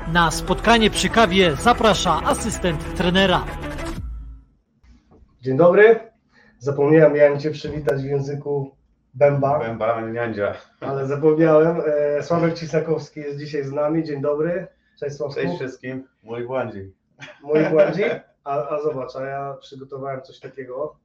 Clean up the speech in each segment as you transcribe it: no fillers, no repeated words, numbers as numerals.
Na spotkanie przy kawie zaprasza asystent trenera. Dzień dobry. Zapomniałem, miałem Cię przywitać w języku Bęba. Bęba, niandzia. Ale zapomniałem. Sławek Cisakowski jest dzisiaj z nami. Dzień dobry. Cześć Sławku. Cześć wszystkim. Mój błądzi. Mój błądzi? A zobacz, a ja przygotowałem coś takiego.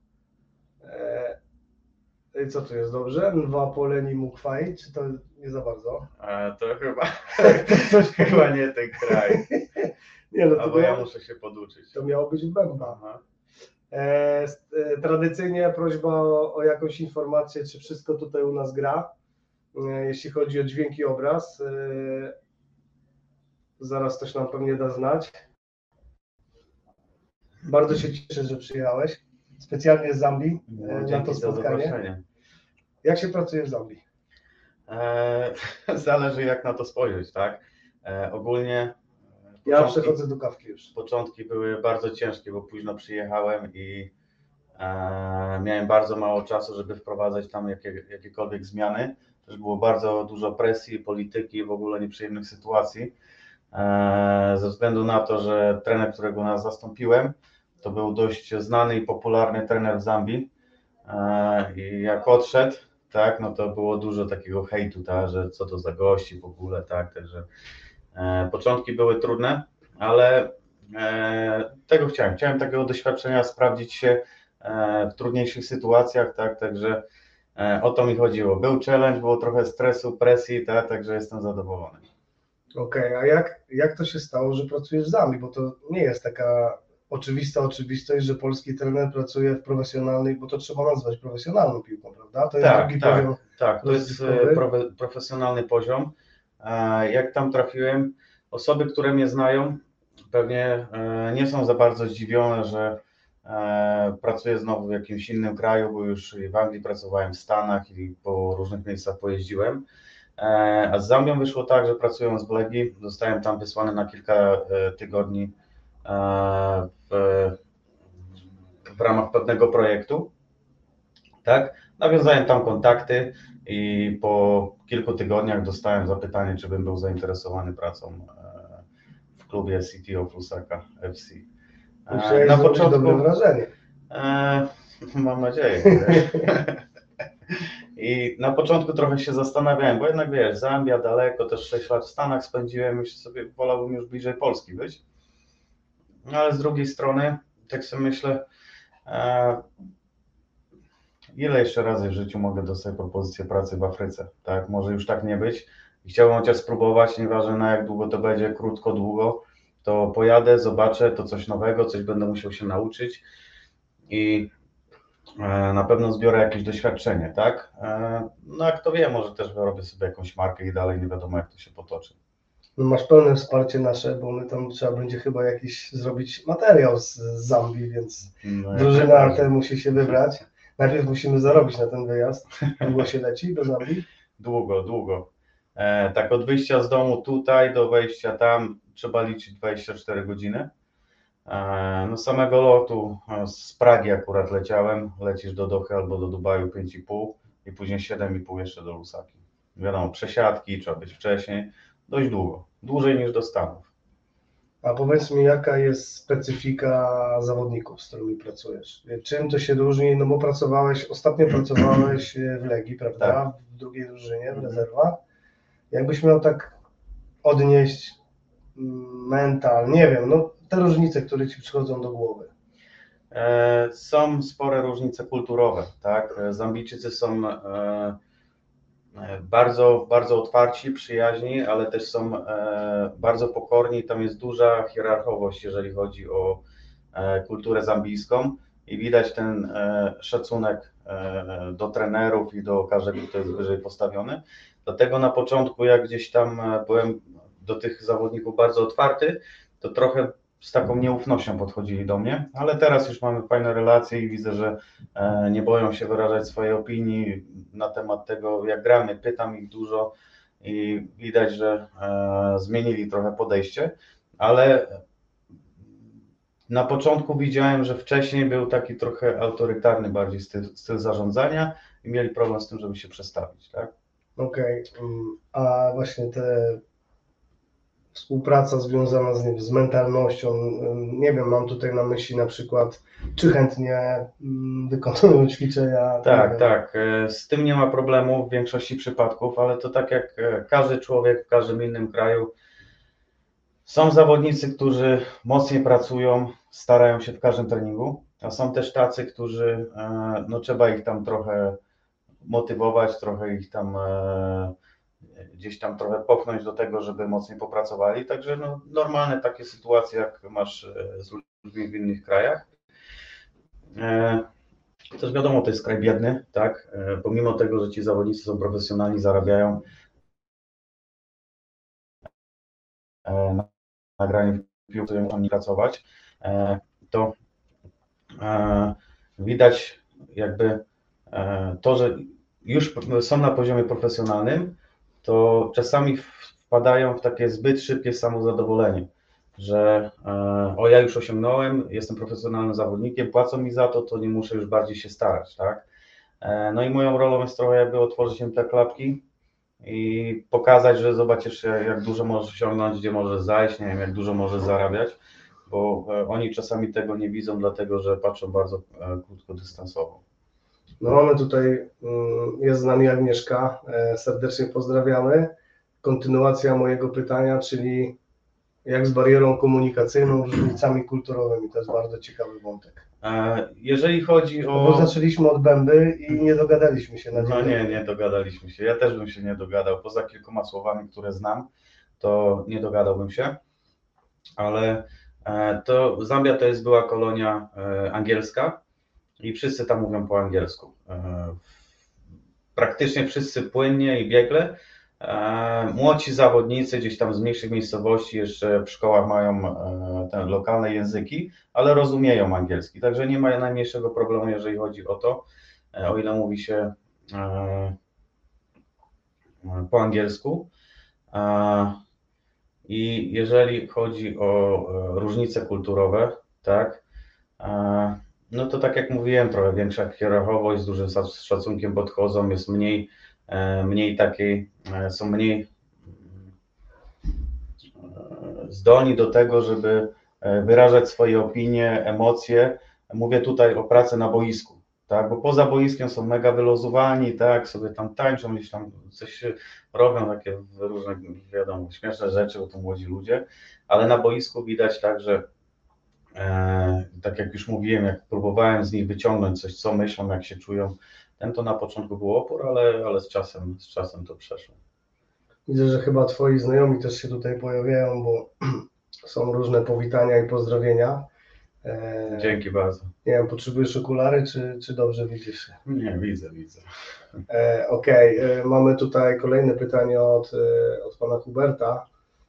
Co tu jest dobrze? Nwa poleni mukwaj, czy to nie za bardzo? To chyba nie ten kraj. Nie, no to Albo ja muszę się poduczyć. To miało być w Bęba. Tradycyjnie prośba o jakąś informację, czy wszystko tutaj u nas gra, jeśli chodzi o dźwięk i obraz. Zaraz ktoś nam pewnie da znać. Bardzo się cieszę, że przyjechałeś specjalnie z Zambii na to spotkanie. Jak się pracuje w Zambii? Zależy jak na to spojrzeć, tak? Ogólnie ja przechodzę do kawki już. Początki były bardzo ciężkie, bo późno przyjechałem i miałem bardzo mało czasu, żeby wprowadzać tam jakiekolwiek zmiany. Też było bardzo dużo presji, polityki, w ogóle nieprzyjemnych sytuacji. Ze względu na to, że trener, którego nas zastąpiłem, to był dość znany i popularny trener w Zambii. I jak odszedł, tak, no to było dużo takiego hejtu, tak, że co to za gości w ogóle, tak, także początki były trudne, ale tego chciałem takiego doświadczenia, sprawdzić się w trudniejszych sytuacjach, tak, także o to mi chodziło. Był challenge, było trochę stresu, presji, tak, także jestem zadowolony. Okej, a jak to się stało, że pracujesz w Zambii, bo to nie jest taka oczywista oczywistość, że polski trener pracuje w profesjonalnej, bo to trzeba nazwać profesjonalną piłką, prawda? To jest drugi poziom. Tak, to jest profesjonalny poziom. Jak tam trafiłem, osoby, które mnie znają, pewnie nie są za bardzo zdziwione, że pracuję znowu w jakimś innym kraju, bo już w Anglii pracowałem, w Stanach i po różnych miejscach pojeździłem. A z Zambią wyszło tak, że pracując w Legii, zostałem tam wysłany na kilka tygodni w ramach pewnego projektu. Tak? Nawiązałem tam kontakty i po kilku tygodniach dostałem zapytanie, czy bym był zainteresowany pracą w klubie City of Lusaka FC. Na początku dobre wrażenie. Mam nadzieję. I na początku trochę się zastanawiałem, bo jednak wiesz, Zambia daleko, też 6 lat w Stanach spędziłem, już sobie wolałbym już bliżej Polski być. No ale z drugiej strony, tak sobie myślę, ile jeszcze razy w życiu mogę dostać propozycję pracy w Afryce, tak? Może już tak nie być. Chciałbym chociaż spróbować, nieważne na jak długo to będzie, krótko, długo, to pojadę, zobaczę, to coś nowego, coś będę musiał się nauczyć i na pewno zbiorę jakieś doświadczenie, tak? No a kto wie, może też wyrobię sobie jakąś markę i dalej nie wiadomo jak to się potoczy. No masz pełne wsparcie nasze, bo my tam trzeba będzie chyba jakiś zrobić materiał z Zambii, więc drużyna ta musi się wybrać. Najpierw musimy zarobić na ten wyjazd. Długo się leci do Zambii? Długo. Tak od wyjścia z domu tutaj do wejścia tam trzeba liczyć 24 godziny. No samego lotu z Pragi akurat leciałem, lecisz do Dochy albo do Dubaju 5,5 i później 7,5 jeszcze do Lusaki. Wiadomo, przesiadki, trzeba być wcześniej, dość długo, dłużej niż do Stanów. A powiedz mi, jaka jest specyfika zawodników, z którymi pracujesz? Czym to się różni? No bo ostatnio pracowałeś w Legii, prawda? Tak. W drugiej drużynie, w rezerwach. Jakbyś miał tak odnieść mental, nie wiem, no te różnice, które ci przychodzą do głowy. Są spore różnice kulturowe, tak? Zambijczycy są bardzo, bardzo otwarci, przyjaźni, ale też są bardzo pokorni. Tam jest duża hierarchowość, jeżeli chodzi o kulturę zambijską i widać ten szacunek do trenerów i do każdego, kto jest wyżej postawiony. Dlatego na początku, jak gdzieś tam byłem do tych zawodników bardzo otwarty, to trochę z taką nieufnością podchodzili do mnie, ale teraz już mamy fajne relacje i widzę, że nie boją się wyrażać swojej opinii na temat tego, jak gramy. Pytam ich dużo i widać, że zmienili trochę podejście, ale na początku widziałem, że wcześniej był taki trochę autorytarny bardziej styl zarządzania i mieli problem z tym, żeby się przestawić, tak? Okej. A właśnie te współpraca związana z, nie wiem, z mentalnością, nie wiem, mam tutaj na myśli na przykład, czy chętnie wykonują ćwiczenia. Nie Tak, wiem. tak. Z tym nie ma problemu w większości przypadków, ale to tak jak każdy człowiek w każdym innym kraju. Są zawodnicy, którzy mocniej pracują, starają się w każdym treningu, a są też tacy, którzy, no trzeba ich tam trochę motywować, trochę ich tam gdzieś tam trochę popchnąć do tego, żeby mocniej popracowali. Także no, normalne takie sytuacje, jak masz z ludźmi w innych krajach. Też wiadomo, to jest kraj biedny, tak? Pomimo tego, że ci zawodnicy są profesjonalni, zarabiają na graniu w piłce, muszą pracować, to widać jakby to, że już są na poziomie profesjonalnym, to czasami wpadają w takie zbyt szybkie samozadowolenie, że o, ja już osiągnąłem, jestem profesjonalnym zawodnikiem, płacą mi za to, to nie muszę już bardziej się starać, tak? No i moją rolą jest trochę jakby otworzyć im te klapki i pokazać, że zobaczysz, jak dużo możesz osiągnąć, gdzie możesz zajść, nie wiem, jak dużo możesz zarabiać, bo oni czasami tego nie widzą, dlatego że patrzą bardzo krótkodystansowo. No mamy tutaj, jest z nami Agnieszka, serdecznie pozdrawiamy. Kontynuacja mojego pytania, czyli jak z barierą komunikacyjną, różnicami kulturowymi, to jest bardzo ciekawy wątek. Jeżeli chodzi o... Bo zaczęliśmy od Bęby i nie dogadaliśmy się na dzień. No nie dogadaliśmy się. Ja też bym się nie dogadał. Poza kilkoma słowami, które znam, to nie dogadałbym się. Ale to Zambia to jest była kolonia angielska i wszyscy tam mówią po angielsku. Praktycznie wszyscy płynnie i biegle. Młodzi zawodnicy gdzieś tam z mniejszych miejscowości jeszcze w szkołach mają te lokalne języki, ale rozumieją angielski, także nie ma najmniejszego problemu, jeżeli chodzi o to, o ile mówi się po angielsku. I jeżeli chodzi o różnice kulturowe, tak, no to tak jak mówiłem, trochę większa hierarchowość, z dużym szacunkiem podchodzą, jest mniej takiej, są mniej zdolni do tego, żeby wyrażać swoje opinie, emocje. Mówię tutaj o pracy na boisku, tak, bo poza boiskiem są mega wyluzowani, tak, sobie tam tańczą, gdzieś tam coś robią, takie różne, wiadomo, śmieszne rzeczy, bo to młodzi ludzie, ale na boisku widać tak, że tak jak już mówiłem, jak próbowałem z nich wyciągnąć coś, co myślą, jak się czują, to na początku był opór, ale z czasem to przeszło. Widzę, że chyba twoi znajomi też się tutaj pojawiają, bo są różne powitania i pozdrowienia. Dzięki bardzo. Nie wiem, potrzebujesz okulary, czy dobrze widzisz? Nie, widzę. Okej, mamy tutaj kolejne pytanie od pana Huberta.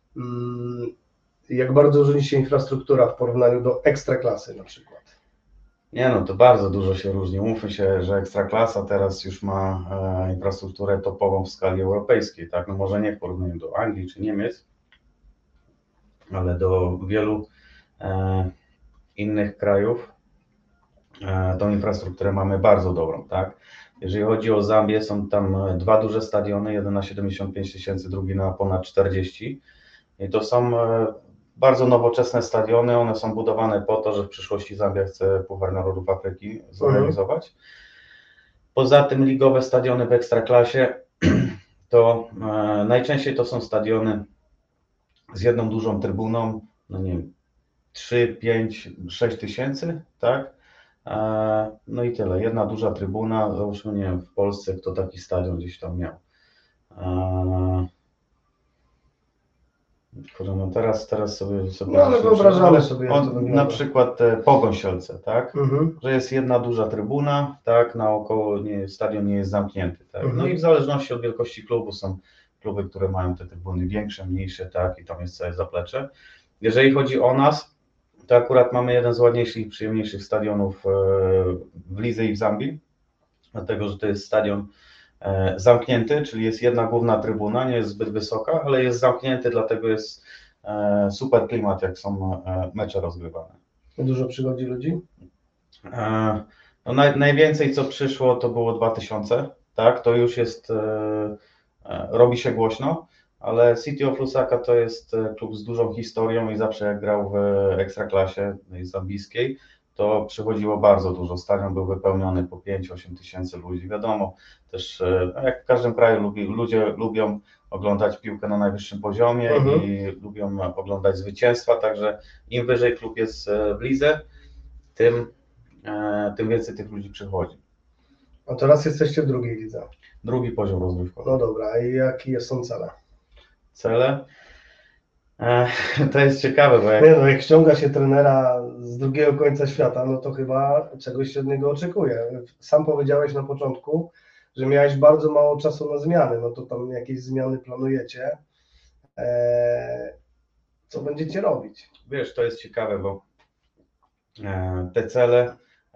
Jak bardzo różni się infrastruktura w porównaniu do ekstraklasy na przykład? Nie no, to bardzo dużo się różni. Mówmy się, że Ekstraklasa teraz już ma infrastrukturę topową w skali europejskiej, tak? No może nie w porównaniu do Anglii czy Niemiec, ale do wielu innych krajów tą infrastrukturę mamy bardzo dobrą, tak? Jeżeli chodzi o Zambię, są tam dwa duże stadiony, jeden na 75 tysięcy, drugi na ponad 40. I to są bardzo nowoczesne stadiony, one są budowane po to, że w przyszłości Zambia chce Puchar Narodów Afryki zorganizować. Poza tym ligowe stadiony w Ekstraklasie to najczęściej to są stadiony z jedną dużą trybuną, no nie wiem, 3, 5, 6 tysięcy, tak? No i tyle, jedna duża trybuna, załóżmy, nie wiem, w Polsce kto taki stadion gdzieś tam miał. No teraz sobie no ale wyobrażamy sobie, jak to wygląda. Na przykład Pogoń Siedlce, tak? Że jest jedna duża trybuna, tak, naokoło stadion nie jest zamknięty, tak? No i w zależności od wielkości klubu są kluby, które mają te trybuny większe, mniejsze, tak, i tam jest całe zaplecze. Jeżeli chodzi o nas, to akurat mamy jeden z ładniejszych i przyjemniejszych stadionów w lidze i w Zambii, dlatego że to jest stadion zamknięty, czyli jest jedna główna trybuna, nie jest zbyt wysoka, ale jest zamknięty, dlatego jest super klimat, jak są mecze rozgrywane. Dużo przychodzi ludzi? No najwięcej co przyszło to było 2000, tak, to już jest, robi się głośno, ale City of Lusaka to jest klub z dużą historią i zawsze jak grał w Ekstraklasie zambijskiej, to przychodziło bardzo dużo. Stadion był wypełniony po 5-8 tysięcy ludzi. Wiadomo, też jak w każdym kraju ludzie lubią oglądać piłkę na najwyższym poziomie i lubią oglądać zwycięstwa, także im wyżej klub jest w lidze, tym więcej tych ludzi przychodzi. A teraz jesteście w drugiej lidze. Drugi poziom rozgrywkowy. No dobra, i jakie są cele? Cele? To jest ciekawe, bo Nie no, jak ściąga się trenera z drugiego końca świata, no to chyba czegoś się od niego oczekuje. Sam powiedziałeś na początku, że miałeś bardzo mało czasu na zmiany, no to tam jakieś zmiany planujecie. Co będziecie robić? Wiesz, to jest ciekawe, bo te cele,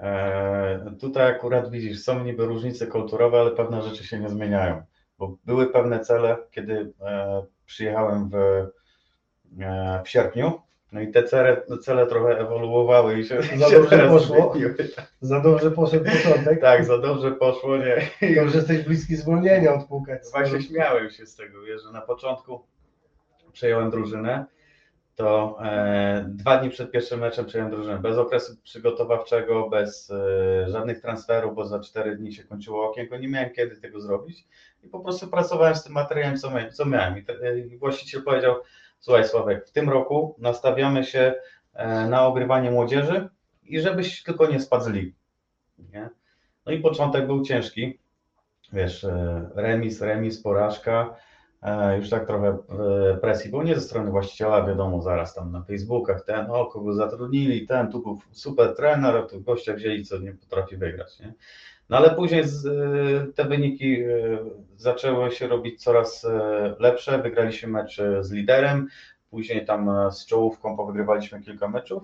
tutaj akurat widzisz, są niby różnice kulturowe, ale pewne rzeczy się nie zmieniają, bo były pewne cele, kiedy przyjechałem w sierpniu, no i te cele trochę ewoluowały i się Za dobrze poszło? zmieniły. Za dobrze poszedł początek? Tak, za dobrze poszło, nie. To już jesteś bliski zwolnienia odpukać. Właśnie śmiałem się z tego, wiesz, że na początku przejąłem drużynę, to 2 dni przed pierwszym meczem przejąłem drużynę, bez okresu przygotowawczego, bez żadnych transferów, bo za 4 dni się kończyło okienko, nie miałem kiedy tego zrobić i po prostu pracowałem z tym materiałem, co miałem. I właściciel powiedział: słuchaj Sławek, w tym roku nastawiamy się na ogrywanie młodzieży i żebyś tylko nie spadł z ligi. Nie? No i początek był ciężki, wiesz, remis, porażka, już tak trochę presji, bo nie ze strony właściciela, wiadomo, zaraz tam na Facebookach, kogo zatrudnili, tu był super trener, a tu gościa wzięli, co nie potrafi wygrać, nie? No ale później te wyniki zaczęły się robić coraz lepsze, wygraliśmy mecz z liderem, później tam z czołówką powygrywaliśmy kilka meczów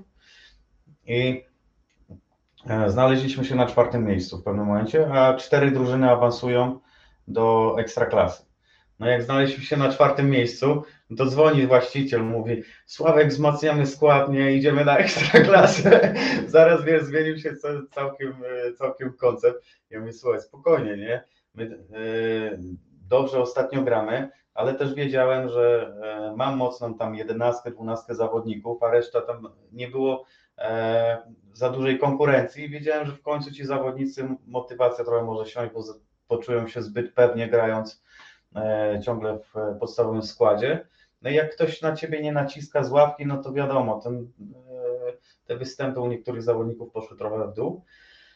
i znaleźliśmy się na 4. miejscu w pewnym momencie, a 4 drużyny awansują do Ekstraklasy. No jak znaleźliśmy się na 4. miejscu, to dzwoni właściciel, mówi: Sławek, wzmacniamy skład, nie, idziemy na Ekstraklasę. Zaraz, wiesz, zmienił się całkiem koncept. Ja mówię: słuchaj, spokojnie, nie, my dobrze ostatnio gramy, ale też wiedziałem, że mam mocną tam 11-12 zawodników, a reszta tam nie było za dużej konkurencji. Wiedziałem, że w końcu ci zawodnicy, motywacja trochę może siąść, bo poczują się zbyt pewnie grając ciągle w podstawowym składzie. No i jak ktoś na ciebie nie naciska z ławki, no to wiadomo, te występy u niektórych zawodników poszły trochę w dół.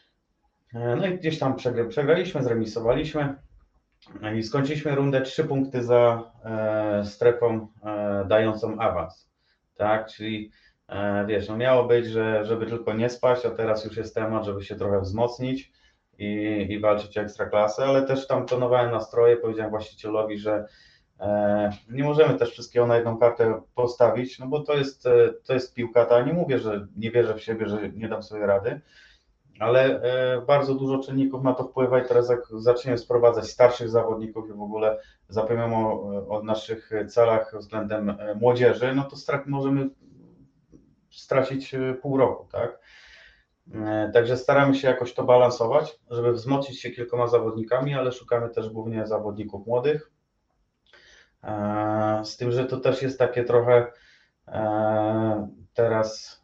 No i gdzieś tam przegraliśmy, zremisowaliśmy i skończyliśmy rundę 3 punkty za strefą dającą awans. Tak, czyli wiesz, no miało być, żeby tylko nie spaść, a teraz już jest temat, żeby się trochę wzmocnić i walczyć o Ekstraklasę, ale też tam tonowałem nastroje, powiedziałem właścicielowi, że nie możemy też wszystkiego na jedną kartę postawić, no bo to jest piłka, nie mówię, że nie wierzę w siebie, że nie dam sobie rady, ale bardzo dużo czynników na to wpływa i teraz jak zaczniemy sprowadzać starszych zawodników i w ogóle zapominamy o naszych celach względem młodzieży, no to możemy stracić pół roku, tak? Także staramy się jakoś to balansować, żeby wzmocnić się kilkoma zawodnikami, ale szukamy też głównie zawodników młodych. Z tym, że to też jest takie trochę teraz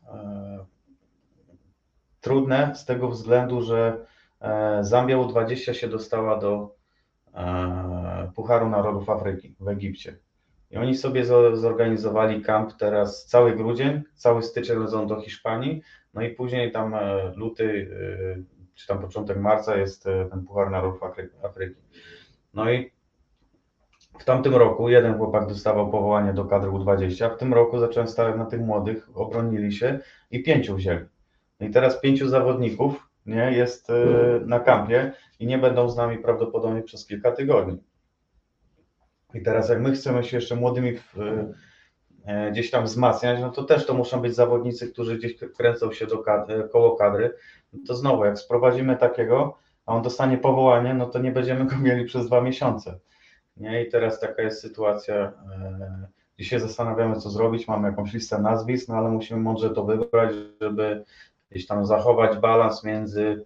trudne z tego względu, że Zambia U20 się dostała do Pucharu Narodów Afryki w Egipcie. I oni sobie zorganizowali kamp teraz cały grudzień, cały styczeń lecą do Hiszpanii, no i później tam luty, czy tam początek marca jest ten Puchar Narodów Afryki. No i w tamtym roku jeden chłopak dostawał powołanie do kadry U20, a w tym roku zacząłem stawiać na tych młodych, obronili się i 5 wzięli. No i teraz 5 zawodników, nie, jest na kampie i nie będą z nami prawdopodobnie przez kilka tygodni. I teraz jak my chcemy się jeszcze młodymi gdzieś tam wzmacniać, no to też to muszą być zawodnicy, którzy gdzieś kręcą się koło kadry. No to znowu, jak sprowadzimy takiego, a on dostanie powołanie, no to nie będziemy go mieli przez 2 miesiące. Nie? I teraz taka jest sytuacja. Dzisiaj zastanawiamy, co zrobić, mamy jakąś listę nazwisk, no ale musimy mądrze to wybrać, żeby gdzieś tam zachować balans między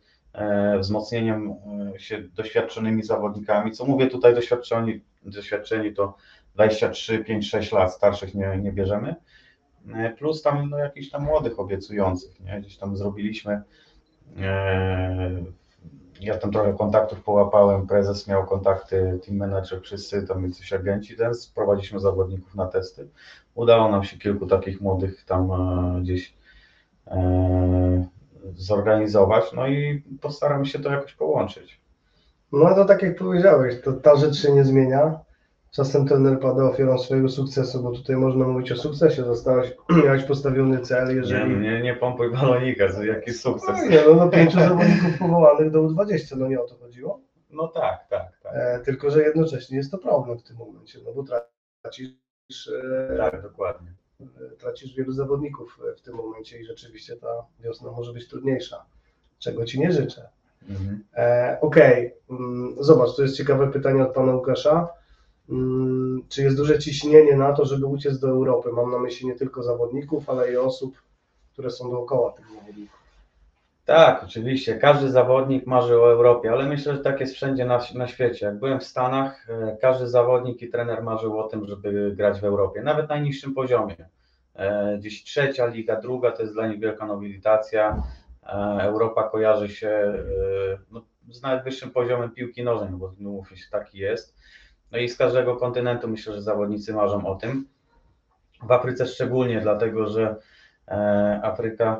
wzmocnieniem się doświadczonymi zawodnikami. Co mówię tutaj doświadczeni, to 23, 5, 6 lat, starszych nie bierzemy. Plus tam no, jakichś tam młodych obiecujących, nie? Gdzieś tam zrobiliśmy, ja tam trochę kontaktów połapałem, prezes miał kontakty, team manager, wszyscy tam jacyś agenci, więc sprowadziliśmy zawodników na testy. Udało nam się kilku takich młodych tam gdzieś zorganizować, no i postaramy się to jakoś połączyć. No to tak jak powiedziałeś, to ta rzecz się nie zmienia. Czasem trener pada ofiarą swojego sukcesu, bo tutaj można mówić o sukcesie, miałeś postawiony cel, jeżeli... Nie pompuj balonika, to jaki sukces. No 5 zawodników powołanych do U20, no nie o to chodziło. No tak. Tylko, że jednocześnie jest to problem w tym momencie, no bo tracisz, Tak, dokładnie. Tracisz wielu zawodników w tym momencie i rzeczywiście ta wiosna może być trudniejsza, czego Ci nie życzę. Okej. Zobacz, to jest ciekawe pytanie od pana Łukasza. Czy jest duże ciśnienie na to, żeby uciec do Europy? Mam na myśli nie tylko zawodników, ale i osób, które są dookoła tych zawodników. Tak, oczywiście. Każdy zawodnik marzy o Europie, ale myślę, że tak jest wszędzie na świecie. Jak byłem w Stanach, każdy zawodnik i trener marzył o tym, żeby grać w Europie, nawet na najniższym poziomie. Gdzieś trzecia liga, druga to jest dla nich wielka nobilitacja. Europa kojarzy się no, z nawet wyższym poziomem piłki nożnej, no bo mówmy się, taki jest. No i z każdego kontynentu myślę, że zawodnicy marzą o tym. W Afryce szczególnie, dlatego że Afryka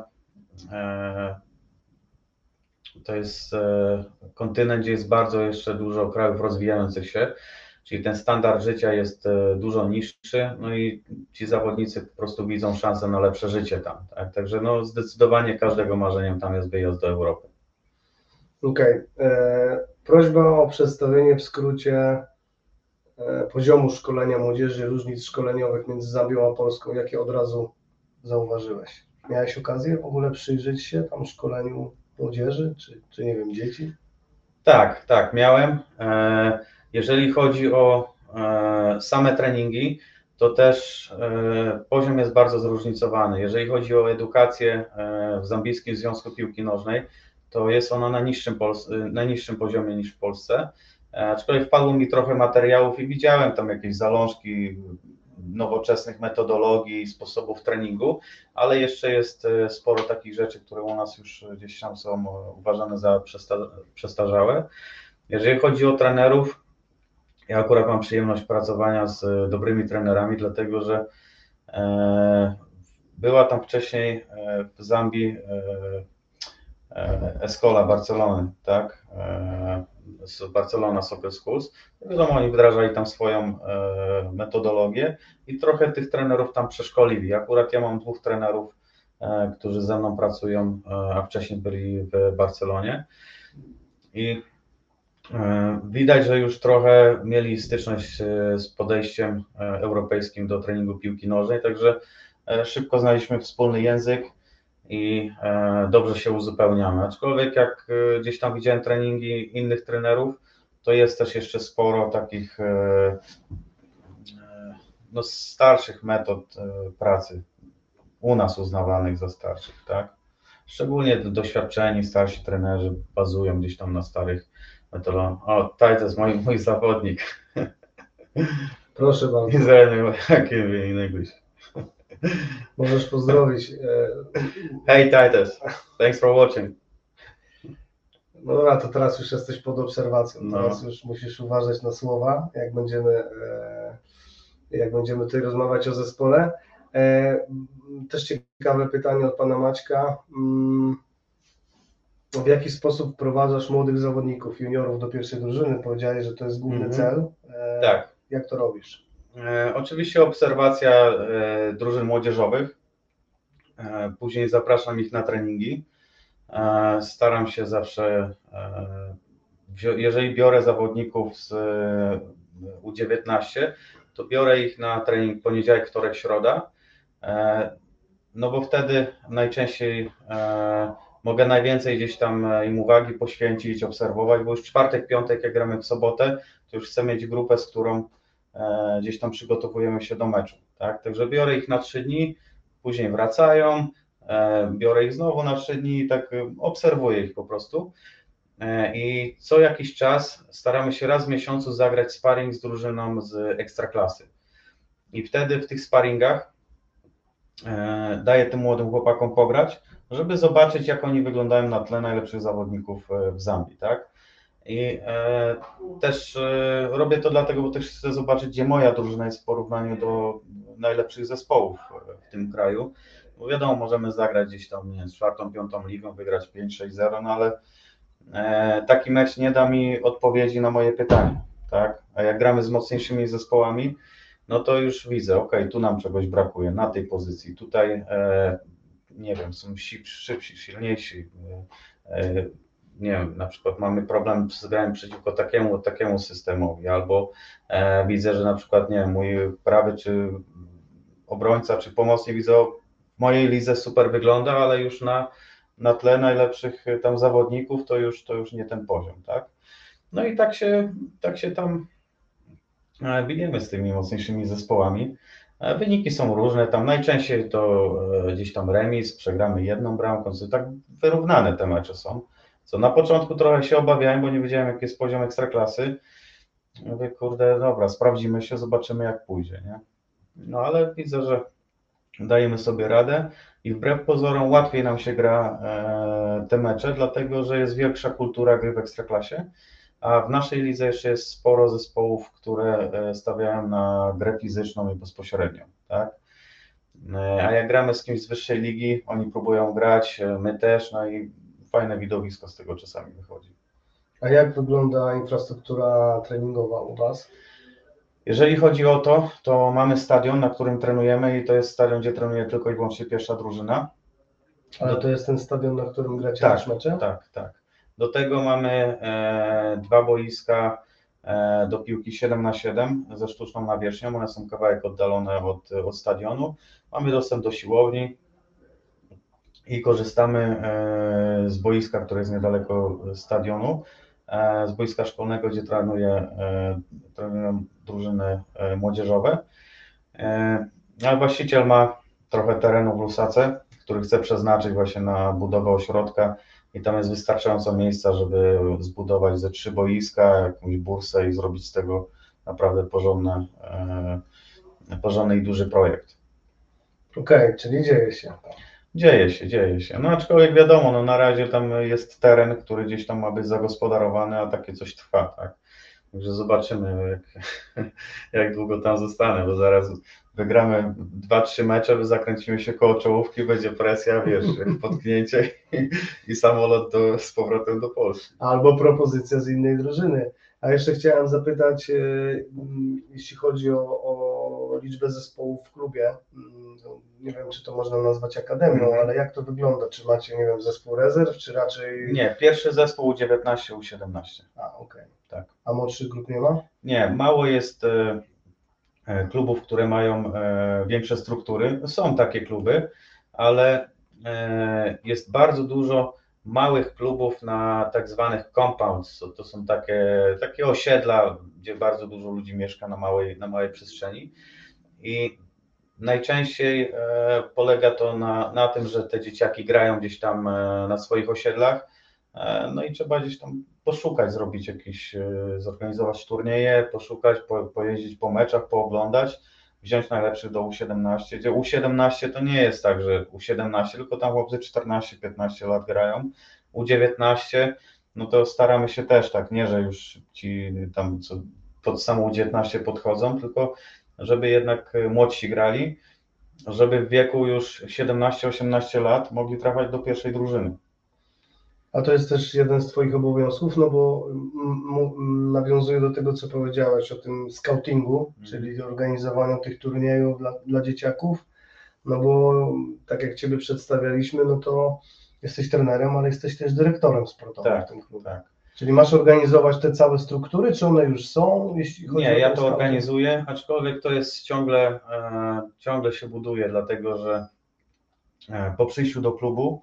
to jest kontynent, gdzie jest bardzo jeszcze dużo krajów rozwijających się, czyli ten standard życia jest dużo niższy, no i ci zawodnicy po prostu widzą szansę na lepsze życie tam. Tak? Także no zdecydowanie każdego marzeniem tam jest wyjazd do Europy. Okej. Prośba o przedstawienie w skrócie poziomu szkolenia młodzieży, różnic szkoleniowych między Zambią a Polską, jakie od razu zauważyłeś. Miałeś okazję w ogóle przyjrzeć się tam szkoleniu młodzieży, czy nie wiem, dzieci? Tak, miałem. Jeżeli chodzi o same treningi, to też poziom jest bardzo zróżnicowany. Jeżeli chodzi o edukację w Zambijskim Związku Piłki Nożnej, to jest ona na niższym poziomie niż w Polsce. Aczkolwiek wpadło mi trochę materiałów i widziałem tam jakieś zalążki nowoczesnych metodologii i sposobów treningu, ale jeszcze jest sporo takich rzeczy, które u nas już gdzieś tam są uważane za przestarzałe. Jeżeli chodzi o trenerów, ja akurat mam przyjemność pracowania z dobrymi trenerami, dlatego że była tam wcześniej w Zambii Escola Barcelony, tak? Barcelona Soccer Schools. Wiadomo, oni wdrażali tam swoją metodologię i trochę tych trenerów tam przeszkolili. Akurat ja mam 2 trenerów, którzy ze mną pracują, a wcześniej byli w Barcelonie i widać, że już trochę mieli styczność z podejściem europejskim do treningu piłki nożnej, także szybko znaleźliśmy wspólny język i dobrze się uzupełniamy. Aczkolwiek jak gdzieś tam widziałem treningi innych trenerów, to jest też jeszcze sporo takich no, starszych metod pracy u nas uznawanych za starszych, tak? Szczególnie doświadczeni, starsi trenerzy bazują gdzieś tam na starych metodach. O, to jest mój zawodnik. Proszę bardzo. Is there any in English? Możesz pozdrowić. Hey Titus, thanks for watching. No dobra, to teraz już jesteś pod obserwacją. No. Teraz już musisz uważać na słowa, jak będziemy tutaj rozmawiać o zespole. Też ciekawe pytanie od pana Maćka. W jaki sposób wprowadzasz młodych zawodników, juniorów do pierwszej drużyny? Powiedziałeś, że to jest główny cel. Tak. Jak to robisz? Oczywiście obserwacja drużyn młodzieżowych. Później zapraszam ich na treningi. Staram się zawsze, jeżeli biorę zawodników z U19, to biorę ich na trening poniedziałek, wtorek, środa, no bo wtedy najczęściej mogę najwięcej gdzieś tam im uwagi poświęcić, obserwować, bo już czwartek, piątek, jak gramy w sobotę, to już chcę mieć grupę, z którą gdzieś tam przygotowujemy się do meczu, tak? Także biorę ich na 3 dni, później wracają, biorę ich znowu na 3 dni i tak obserwuję ich po prostu. I co jakiś czas staramy się raz w miesiącu zagrać sparring z drużyną z ekstraklasy. i wtedy w tych sparingach daję tym młodym chłopakom pograć, żeby zobaczyć, jak oni wyglądają na tle najlepszych zawodników w Zambii, tak? I też robię to dlatego, bo też chcę zobaczyć, gdzie moja drużyna jest w porównaniu do najlepszych zespołów w tym kraju. Bo wiadomo, możemy zagrać gdzieś tam, nie wiem, z 4., 5. ligą, wygrać 5-6-0, no ale taki mecz nie da mi odpowiedzi na moje pytanie, tak? A jak gramy z mocniejszymi zespołami, no to już widzę, ok, tu nam czegoś brakuje na tej pozycji, tutaj nie wiem, są szybsi, silniejsi, nie wiem, na przykład mamy problem z graniem przeciwko takiemu systemowi, albo widzę, że na przykład, nie wiem, mój prawy czy obrońca, czy pomocnik widzę, w mojej lidze super wygląda, ale już na tle najlepszych tam zawodników to już nie ten poziom, tak? No i tak się tam bijemy z tymi mocniejszymi zespołami. Wyniki są różne, tam najczęściej to gdzieś tam remis, przegramy 1 bramką, tak wyrównane te mecze są. Co na początku trochę się obawiałem, bo nie wiedziałem, jaki jest poziom ekstraklasy. Mówię, kurde, dobra, sprawdzimy się, zobaczymy, jak pójdzie, nie? No ale widzę, że dajemy sobie radę i wbrew pozorom łatwiej nam się gra te mecze, dlatego że jest większa kultura gry w ekstraklasie, a w naszej lidze jeszcze jest sporo zespołów, które stawiają na grę fizyczną i bezpośrednią, tak? A jak gramy z kimś z wyższej ligi, oni próbują grać, my też, no i fajne widowisko z tego czasami wychodzi. A jak wygląda infrastruktura treningowa u Was? Jeżeli chodzi o to mamy stadion, na którym trenujemy i to jest stadion, gdzie trenuje tylko i wyłącznie pierwsza drużyna. Ale to jest ten stadion, na którym gracie też mecze? Tak. Do tego mamy 2 boiska do piłki 7x7 ze sztuczną nawierzchnią, one są kawałek oddalone od stadionu. Mamy dostęp do siłowni i korzystamy z boiska, które jest niedaleko stadionu, z boiska szkolnego, gdzie trenują drużyny młodzieżowe. Ale właściciel ma trochę terenu w Lusace, który chce przeznaczyć właśnie na budowę ośrodka i tam jest wystarczająco miejsca, żeby zbudować ze 3 boiska, jakąś bursę i zrobić z tego naprawdę porządny i duży projekt. Okej, czyli dzieje się. Dzieje się. No aczkolwiek wiadomo, no na razie tam jest teren, który gdzieś tam ma być zagospodarowany, a takie coś trwa, tak? Także zobaczymy, jak długo tam zostanę, bo zaraz wygramy 2-3 mecze, zakręcimy się koło czołówki, będzie presja, wiesz, potknięcie i samolot z powrotem do Polski. Albo propozycja z innej drużyny. A jeszcze chciałem zapytać, jeśli chodzi o liczbę zespołów w klubie, nie wiem, czy to można nazwać akademią, ale jak to wygląda? Czy macie, nie wiem, zespół rezerw, czy raczej... Nie, pierwszy zespół U19, U17. A, okej. Tak. A młodszych grup nie ma? Nie, mało jest klubów, które mają większe struktury. Są takie kluby, ale jest bardzo dużo małych klubów na tak zwanych compounds. To są takie osiedla, gdzie bardzo dużo ludzi mieszka na małej przestrzeni i najczęściej polega to na tym, że te dzieciaki grają gdzieś tam na swoich osiedlach, no i trzeba gdzieś tam poszukać, zorganizować turnieje, poszukać, pojeździć po meczach, pooglądać, wziąć najlepszych do U17, gdzie U17 to nie jest tak, że U17, tylko tam chłopcy 14-15 lat grają, U19, no to staramy się też tak, nie, że już ci tam pod samą U19 podchodzą, tylko żeby jednak młodsi grali, żeby w wieku już 17-18 lat mogli trafiać do pierwszej drużyny. A to jest też jeden z Twoich obowiązków, no bo nawiązuję do tego, co powiedziałeś o tym scoutingu, czyli organizowaniu tych turniejów dla dzieciaków, no bo tak jak Ciebie przedstawialiśmy, no to jesteś trenerem, ale jesteś też dyrektorem sportowym w tym klubie. Tak. Czyli masz organizować te całe struktury, czy one już są? Jeśli chodzi Nie, ja to scouting? organizuję, aczkolwiek to jest ciągle się buduje, dlatego że po przyjściu do klubu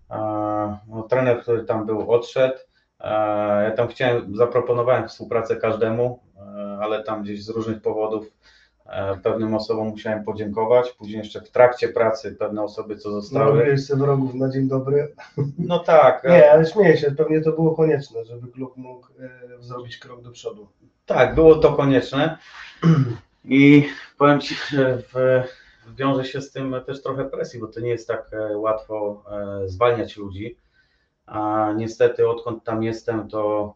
trener, który tam był, odszedł. Ja tam zaproponowałem współpracę każdemu, ale tam gdzieś z różnych powodów pewnym osobom musiałem podziękować. Później jeszcze w trakcie pracy pewne osoby, co zostały. Robiłeś sobie wrogów na dzień dobry. No tak. Nie, ale śmieję się, pewnie to było konieczne, żeby klub mógł zrobić krok do przodu. Tak, było to konieczne i Powiem Ci, że wiąże się z tym też trochę presji, bo to nie jest tak łatwo zwalniać ludzi. A niestety odkąd tam jestem, to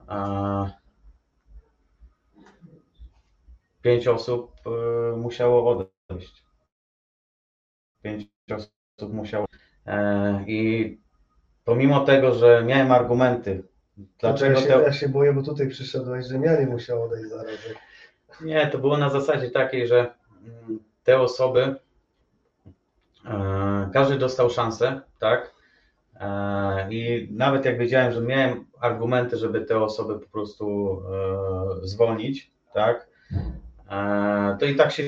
5 osób musiało odejść. 5 osób musiało. I pomimo tego, że miałem argumenty, dlaczego Ja się boję, bo tutaj przyszedłeś, że ja nie musiał odejść zaraz. Nie, to było na zasadzie takiej, że te osoby, każdy dostał szansę, tak? I nawet jak wiedziałem, że miałem argumenty, żeby te osoby po prostu zwolnić, tak? To i tak się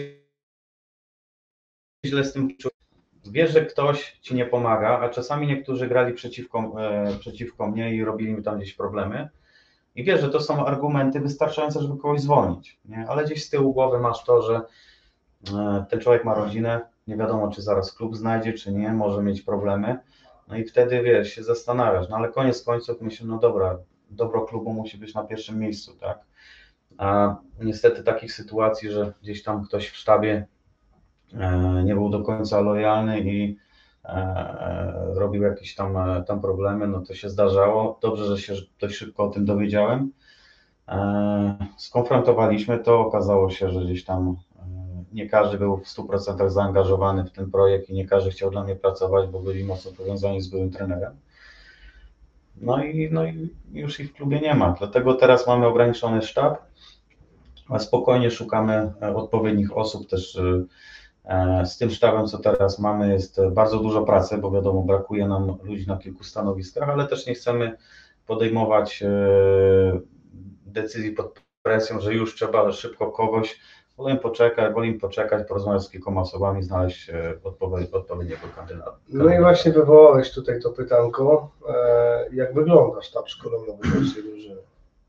źle z tym czułem. Wiesz, że ktoś ci nie pomaga, a czasami niektórzy grali przeciwko mnie i robili mi tam gdzieś problemy. I wiesz, że to są argumenty wystarczające, żeby kogoś zwolnić, nie? Ale gdzieś z tyłu głowy masz to, że ten człowiek ma rodzinę, nie wiadomo, czy zaraz klub znajdzie, czy nie, może mieć problemy. No i wtedy, wiesz, się zastanawiasz, no ale koniec końców myślę, no dobra, dobro klubu musi być na pierwszym miejscu, tak? A niestety takich sytuacji, że gdzieś tam ktoś w sztabie nie był do końca lojalny i robił jakieś tam problemy, no to się zdarzało. Dobrze, że się dość szybko o tym dowiedziałem. Skonfrontowaliśmy to, okazało się, że gdzieś tam nie każdy był w 100% zaangażowany w ten projekt i nie każdy chciał dla mnie pracować, bo byli mocno powiązani z byłym trenerem. No i już ich w klubie nie ma, dlatego teraz mamy ograniczony sztab, a spokojnie szukamy odpowiednich osób też. Z tym sztabem, co teraz mamy, jest bardzo dużo pracy, bo wiadomo, brakuje nam ludzi na kilku stanowiskach, ale też nie chcemy podejmować decyzji pod presją, że już trzeba szybko kogoś. Wolę poczekać, porozmawiać z kilkoma osobami, znaleźć odpowiedniego kandydata. No i właśnie wywołałeś tutaj to pytanko, jak wygląda sztab szkoleniowy naszej drużyny?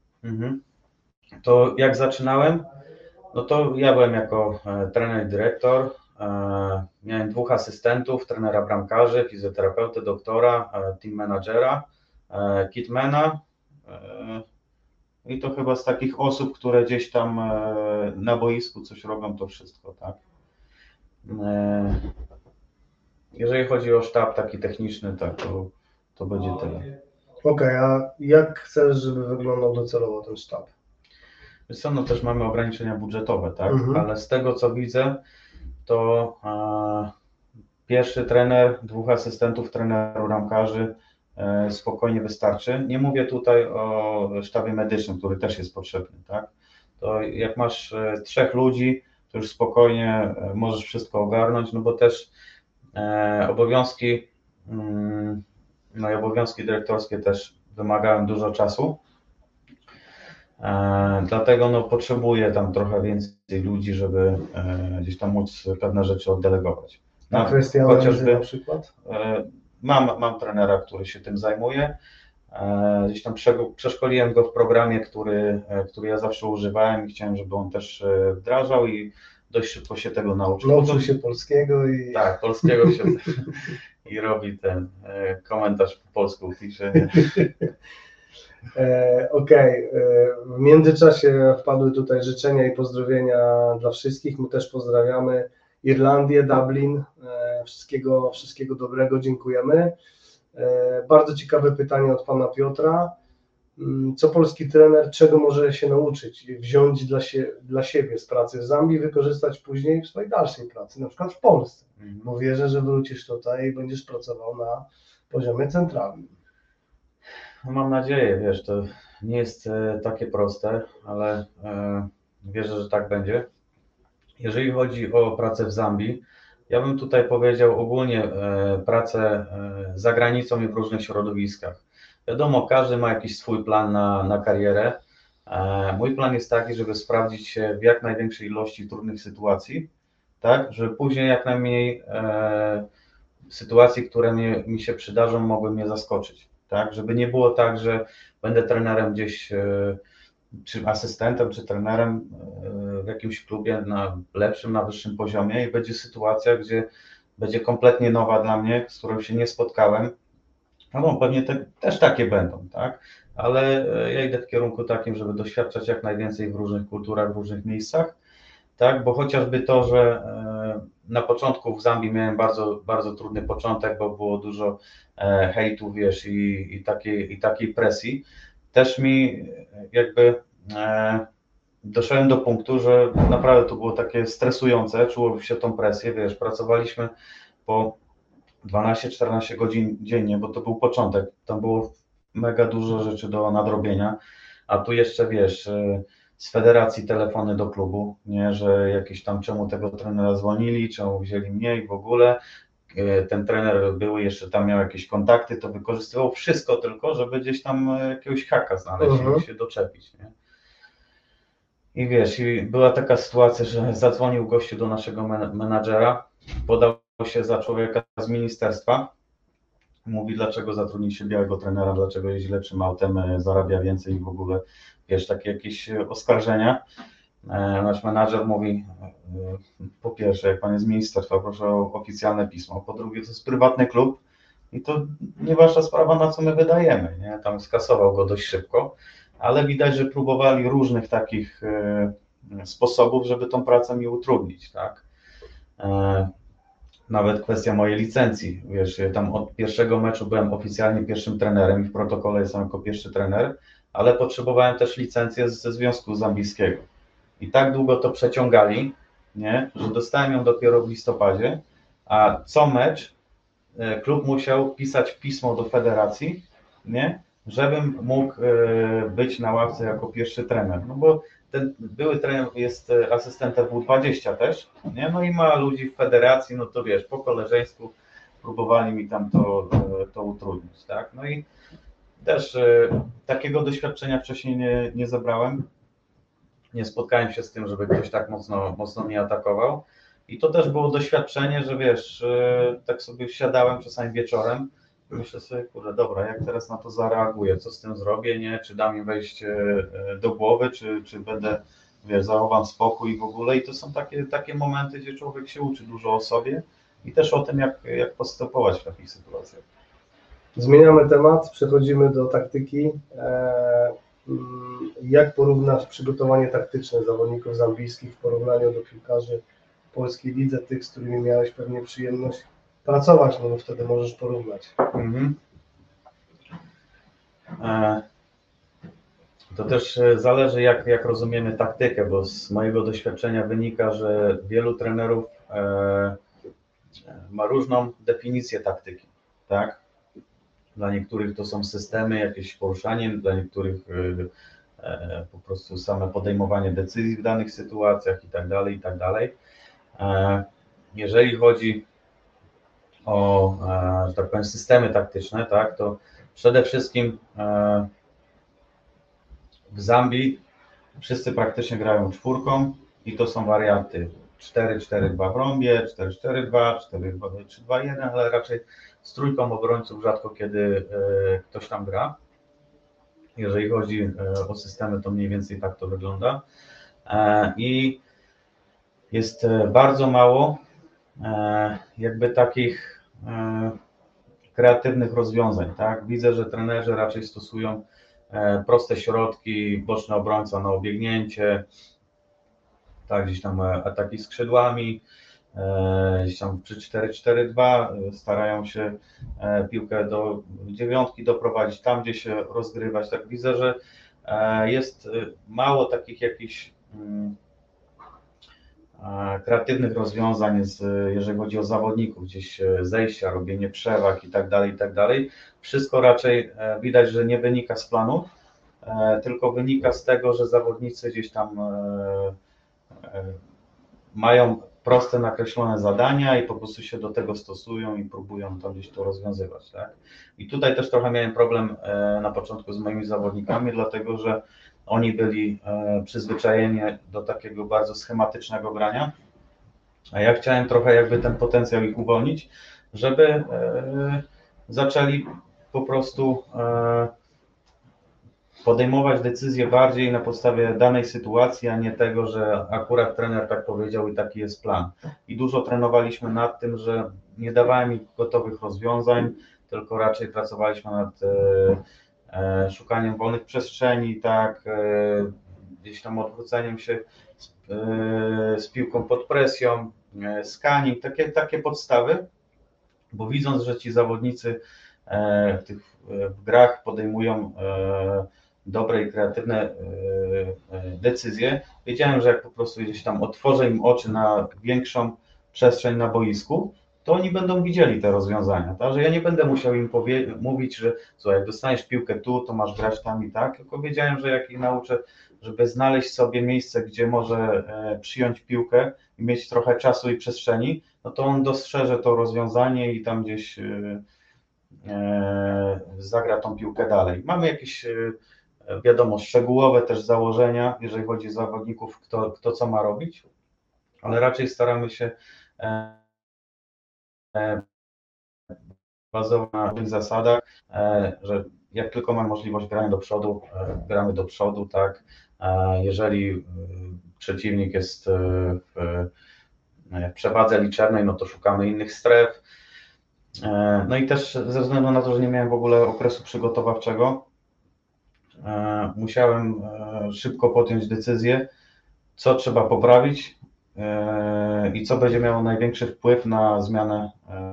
To jak zaczynałem, no to ja byłem jako trener i dyrektor, miałem 2 asystentów, trenera bramkarzy, fizjoterapeutę, doktora, team managera, kitmana i to chyba z takich osób, które gdzieś tam na boisku coś robią, to wszystko, tak. Jeżeli chodzi o sztab taki techniczny, tak, to będzie tyle. Okej, a jak chcesz, żeby wyglądał docelowo ten sztab? Wiesz co, no też mamy ograniczenia budżetowe, tak, ale z tego co widzę, to pierwszy trener, 2 asystentów, treneru bramkarzy spokojnie wystarczy. Nie mówię tutaj o sztabie medycznym, który też jest potrzebny, tak? To jak masz 3 ludzi, to już spokojnie możesz wszystko ogarnąć, no bo też obowiązki, no i obowiązki dyrektorskie też wymagają dużo czasu. Dlatego no, potrzebuję tam trochę więcej ludzi, żeby gdzieś tam móc pewne rzeczy oddelegować. A kwestia chociażby na przykład? Mam trenera, który się tym zajmuje. Gdzieś tam przeszkoliłem go w programie, który ja zawsze używałem i chciałem, żeby on też wdrażał i dość szybko się tego nauczył. Nauczył się polskiego i... Tak, polskiego się i robi ten komentarz po polsku pisze. Okej, w międzyczasie wpadły tutaj życzenia i pozdrowienia dla wszystkich. My też pozdrawiamy Irlandię, Dublin. Wszystkiego dobrego, dziękujemy. Bardzo ciekawe pytanie od pana Piotra. Co polski trener, czego może się nauczyć i wziąć dla siebie z pracy w Zambii, wykorzystać później w swojej dalszej pracy, na przykład w Polsce? Bo wierzę, że wrócisz tutaj i będziesz pracował na poziomie centralnym. Mam nadzieję, wiesz, to nie jest takie proste, ale wierzę, że tak będzie. Jeżeli chodzi o pracę w Zambii, ja bym tutaj powiedział ogólnie pracę za granicą i w różnych środowiskach. Wiadomo, każdy ma jakiś swój plan na karierę. Mój plan jest taki, żeby sprawdzić się w jak największej ilości trudnych sytuacji, tak, żeby później jak najmniej sytuacji, które mi się przydarzą, mogły mnie zaskoczyć. Tak, żeby nie było tak, że będę trenerem gdzieś, czy asystentem, czy trenerem w jakimś klubie na lepszym, na wyższym poziomie i będzie sytuacja, gdzie będzie kompletnie nowa dla mnie, z którą się nie spotkałem. No pewnie też takie będą, tak? Ale ja idę w kierunku takim, żeby doświadczać jak najwięcej w różnych kulturach, w różnych miejscach tak, bo chociażby to, że na początku w Zambii miałem bardzo, bardzo trudny początek, bo było dużo hejtu, wiesz, i takiej presji, też mi jakby doszedłem do punktu, że naprawdę to było takie stresujące, czuło się tą presję, wiesz, pracowaliśmy po 12-14 godzin dziennie, bo to był początek, tam było mega dużo rzeczy do nadrobienia, a tu jeszcze, wiesz, z federacji telefony do klubu, nie, że jakieś tam czemu tego trenera zwolnili, czemu wzięli mnie i w ogóle, ten trener były jeszcze tam miał jakieś kontakty, to wykorzystywał wszystko tylko, żeby gdzieś tam jakiegoś haka znaleźć i się doczepić, nie. I wiesz, i była taka sytuacja, że zadzwonił gościu do naszego menadżera, podał się za człowieka z ministerstwa, mówi, dlaczego zatrudnił się białego trenera, dlaczego jeździ lepszym autem, zarabia więcej i w ogóle, wiesz, takie jakieś oskarżenia. Nasz menadżer mówi, po pierwsze, jak pan jest z ministerstwa, proszę o oficjalne pismo, po drugie, to jest prywatny klub i to nie wasza sprawa, na co my wydajemy, nie? Tam skasował go dość szybko, ale widać, że próbowali różnych takich sposobów, żeby tą pracę mi utrudnić, tak? Nawet kwestia mojej licencji, wiesz, tam od pierwszego meczu byłem oficjalnie pierwszym trenerem i w protokole jestem jako pierwszy trener, ale potrzebowałem też licencję ze Związku Zambijskiego. I tak długo to przeciągali, nie, że dostałem ją dopiero w listopadzie, a co mecz klub musiał pisać pismo do federacji, nie, żebym mógł być na ławce jako pierwszy trener. No bo ten były trener jest asystentem W20 też, nie, no i ma ludzi w federacji, no to wiesz, po koleżeńsku próbowali mi tam to utrudnić, tak, no i też takiego doświadczenia wcześniej nie zebrałem, nie spotkałem się z tym, żeby ktoś tak mocno mnie atakował i to też było doświadczenie, że wiesz, tak sobie siadałem czasami wieczorem i myślę sobie, kurde, dobra, jak teraz na to zareaguję, co z tym zrobię, nie, czy dam im wejść do głowy, czy będę, wiesz, zachowam spokój w ogóle i to są takie momenty, gdzie człowiek się uczy dużo o sobie i też o tym, jak postępować w takich sytuacjach. Zmieniamy temat, przechodzimy do taktyki. Jak porównasz przygotowanie taktyczne zawodników zambijskich w porównaniu do piłkarzy w polskiej lidze, tych, z którymi miałeś pewnie przyjemność pracować, no bo wtedy możesz porównać. To też zależy, jak rozumiemy taktykę, bo z mojego doświadczenia wynika, że wielu trenerów ma różną definicję taktyki, tak? Dla niektórych to są systemy, jakieś poruszanie, dla niektórych po prostu same podejmowanie decyzji w danych sytuacjach i tak dalej, i tak dalej. Jeżeli chodzi o, że tak powiem, systemy taktyczne, tak, to przede wszystkim w Zambii wszyscy praktycznie grają czwórką i to są warianty 4-4-2 w rąbie, 4-4-2, 4-3-2-1, ale raczej z trójką obrońców rzadko kiedy ktoś tam gra. Jeżeli chodzi o systemy, to mniej więcej tak to wygląda. I jest bardzo mało jakby takich kreatywnych rozwiązań, tak? Widzę, że trenerzy raczej stosują proste środki, boczny obrońca na obiegnięcie, tak, gdzieś tam ataki skrzydłami, gdzieś tam przy 4-4-2 starają się piłkę do dziewiątki doprowadzić, tam gdzie się rozgrywać. Tak, widzę, że jest mało takich jakichś kreatywnych rozwiązań, jeżeli chodzi o zawodników, gdzieś zejścia, robienie przewag i tak dalej. Wszystko raczej widać, że nie wynika z planu, tylko wynika z tego, że zawodnicy gdzieś tam mają proste, nakreślone zadania i po prostu się do tego stosują i próbują tam gdzieś to rozwiązywać, tak? I tutaj też trochę miałem problem na początku z moimi zawodnikami, dlatego że oni byli przyzwyczajeni do takiego bardzo schematycznego grania, a ja chciałem trochę jakby ten potencjał ich uwolnić, żeby zaczęli po prostu podejmować decyzje bardziej na podstawie danej sytuacji, a nie tego, że akurat trener tak powiedział i taki jest plan. I dużo trenowaliśmy nad tym, że nie dawałem ich gotowych rozwiązań, tylko raczej pracowaliśmy nad szukaniem wolnych przestrzeni, tak, gdzieś tam odwróceniem się z piłką pod presją, scanning, takie podstawy, bo widząc, że ci zawodnicy w grach podejmują dobre i kreatywne decyzje, wiedziałem, że jak po prostu gdzieś tam otworzę im oczy na większą przestrzeń na boisku, to oni będą widzieli te rozwiązania, tak? Że ja nie będę musiał im mówić, że słuchaj, jak dostaniesz piłkę tu, to masz grać tam i tak, tylko wiedziałem, że jak ich nauczę, żeby znaleźć sobie miejsce, gdzie może przyjąć piłkę i mieć trochę czasu i przestrzeni, no to on dostrzeże to rozwiązanie i tam gdzieś zagra tą piłkę dalej. Mamy jakieś, wiadomo, szczegółowe też założenia, jeżeli chodzi o zawodników, kto co ma robić, ale raczej staramy się bazować na tych zasadach, że jak tylko mamy możliwość grania do przodu, gramy do przodu, tak. Jeżeli przeciwnik jest w przewadze liczebnej, no to szukamy innych stref. No i też ze względu na to, że nie miałem w ogóle okresu przygotowawczego, musiałem szybko podjąć decyzję, co trzeba poprawić i co będzie miało największy wpływ na zmianę,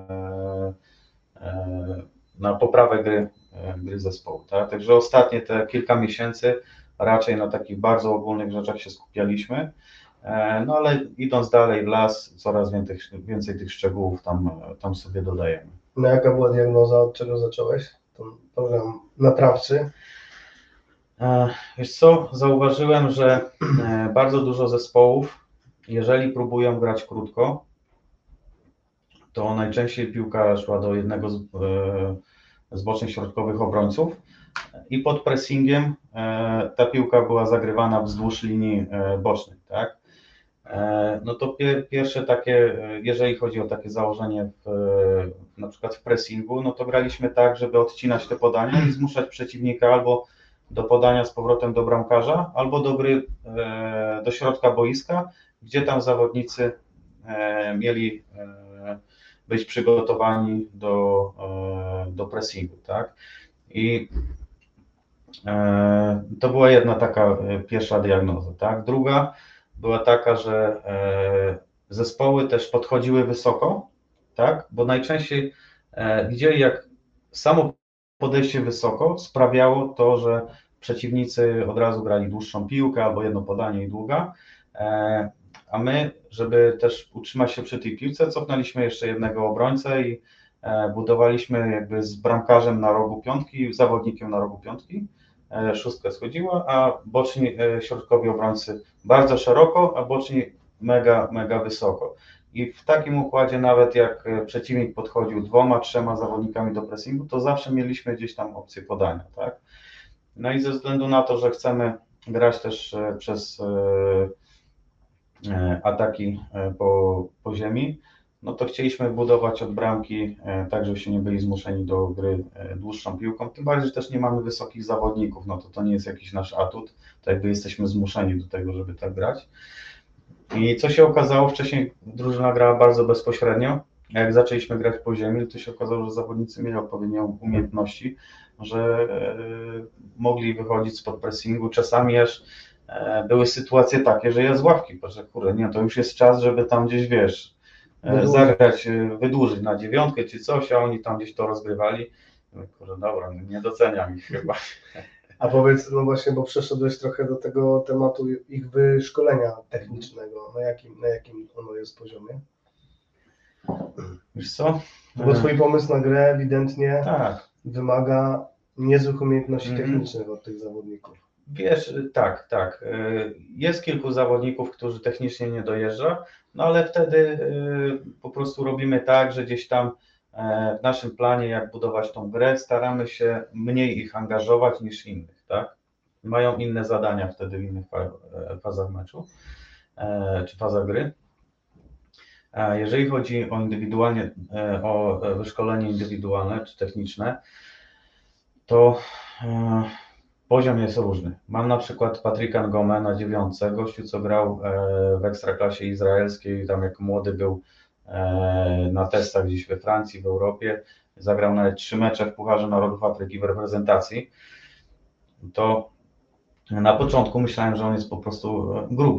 na poprawę gry zespołu. Tak? Także ostatnie te kilka miesięcy raczej na takich bardzo ogólnych rzeczach się skupialiśmy, no ale idąc dalej w las, coraz więcej tych szczegółów tam sobie dodajemy. No jaka była diagnoza, od czego zacząłeś ten program naprawczy? Wiesz co, zauważyłem, że bardzo dużo zespołów, jeżeli próbują grać krótko, to najczęściej piłka szła do jednego z bocznych środkowych obrońców i pod pressingiem ta piłka była zagrywana wzdłuż linii bocznej, tak? No to pierwsze takie, jeżeli chodzi o takie założenie na przykład w pressingu, no to graliśmy tak, żeby odcinać te podania i zmuszać przeciwnika albo do podania z powrotem do bramkarza, albo do gry do środka boiska, gdzie tam zawodnicy mieli być przygotowani do pressingu, tak? I to była jedna taka pierwsza diagnoza, tak? Druga była taka, że zespoły też podchodziły wysoko, tak? Bo najczęściej widzieli, jak samo podejście wysoko sprawiało to, że przeciwnicy od razu grali dłuższą piłkę albo jedno podanie i długa, a my, żeby też utrzymać się przy tej piłce, cofnęliśmy jeszcze jednego obrońcę i budowaliśmy jakby z bramkarzem na rogu piątki, zawodnikiem na rogu piątki, szóstka schodziła, a boczni środkowi obrońcy bardzo szeroko, a boczni mega wysoko. I w takim układzie nawet jak przeciwnik podchodził 2-3 zawodnikami do pressingu, to zawsze mieliśmy gdzieś tam opcję podania, tak? No i ze względu na to, że chcemy grać też przez ataki po ziemi, no to chcieliśmy budować od bramki tak, żebyśmy nie byli zmuszeni do gry dłuższą piłką, tym bardziej, że też nie mamy wysokich zawodników, no to nie jest jakiś nasz atut, to jakby jesteśmy zmuszeni do tego, żeby tak grać. I co się okazało, wcześniej drużyna grała bardzo bezpośrednio, a jak zaczęliśmy grać po ziemi, to się okazało, że zawodnicy mieli odpowiednie umiejętności, że mogli wychodzić spod pressingu, czasami aż były sytuacje takie, że ja z ławki patrzę, kurde, nie, to już jest czas, żeby tam gdzieś, wiesz, zagrać, wydłużyć na 9 czy coś, a oni tam gdzieś to rozgrywali. Kurde, dobra, nie doceniam ich chyba. A powiedz, no właśnie, bo przeszedłeś trochę do tego tematu ich wyszkolenia technicznego, na jakim ono jest poziomie? Wiesz co? Bo twój pomysł na grę ewidentnie tak wymaga niezłych umiejętności technicznych od tych zawodników. Wiesz, tak. Jest kilku zawodników, którzy technicznie nie dojeżdża, no ale wtedy po prostu robimy tak, że gdzieś tam w naszym planie, jak budować tą grę, staramy się mniej ich angażować niż innych, tak? Mają inne zadania wtedy w innych fazach meczu czy fazach gry. Jeżeli chodzi o wyszkolenie indywidualne czy techniczne, to poziom jest różny. Mam na przykład Patryka Ngomę na 9, gościu, co grał w Ekstraklasie izraelskiej, tam jak młody był na testach gdzieś we Francji, w Europie, zagrał nawet 3 mecze w Pucharze Narodów Afryki w reprezentacji. To na początku myślałem, że on jest po prostu gruby,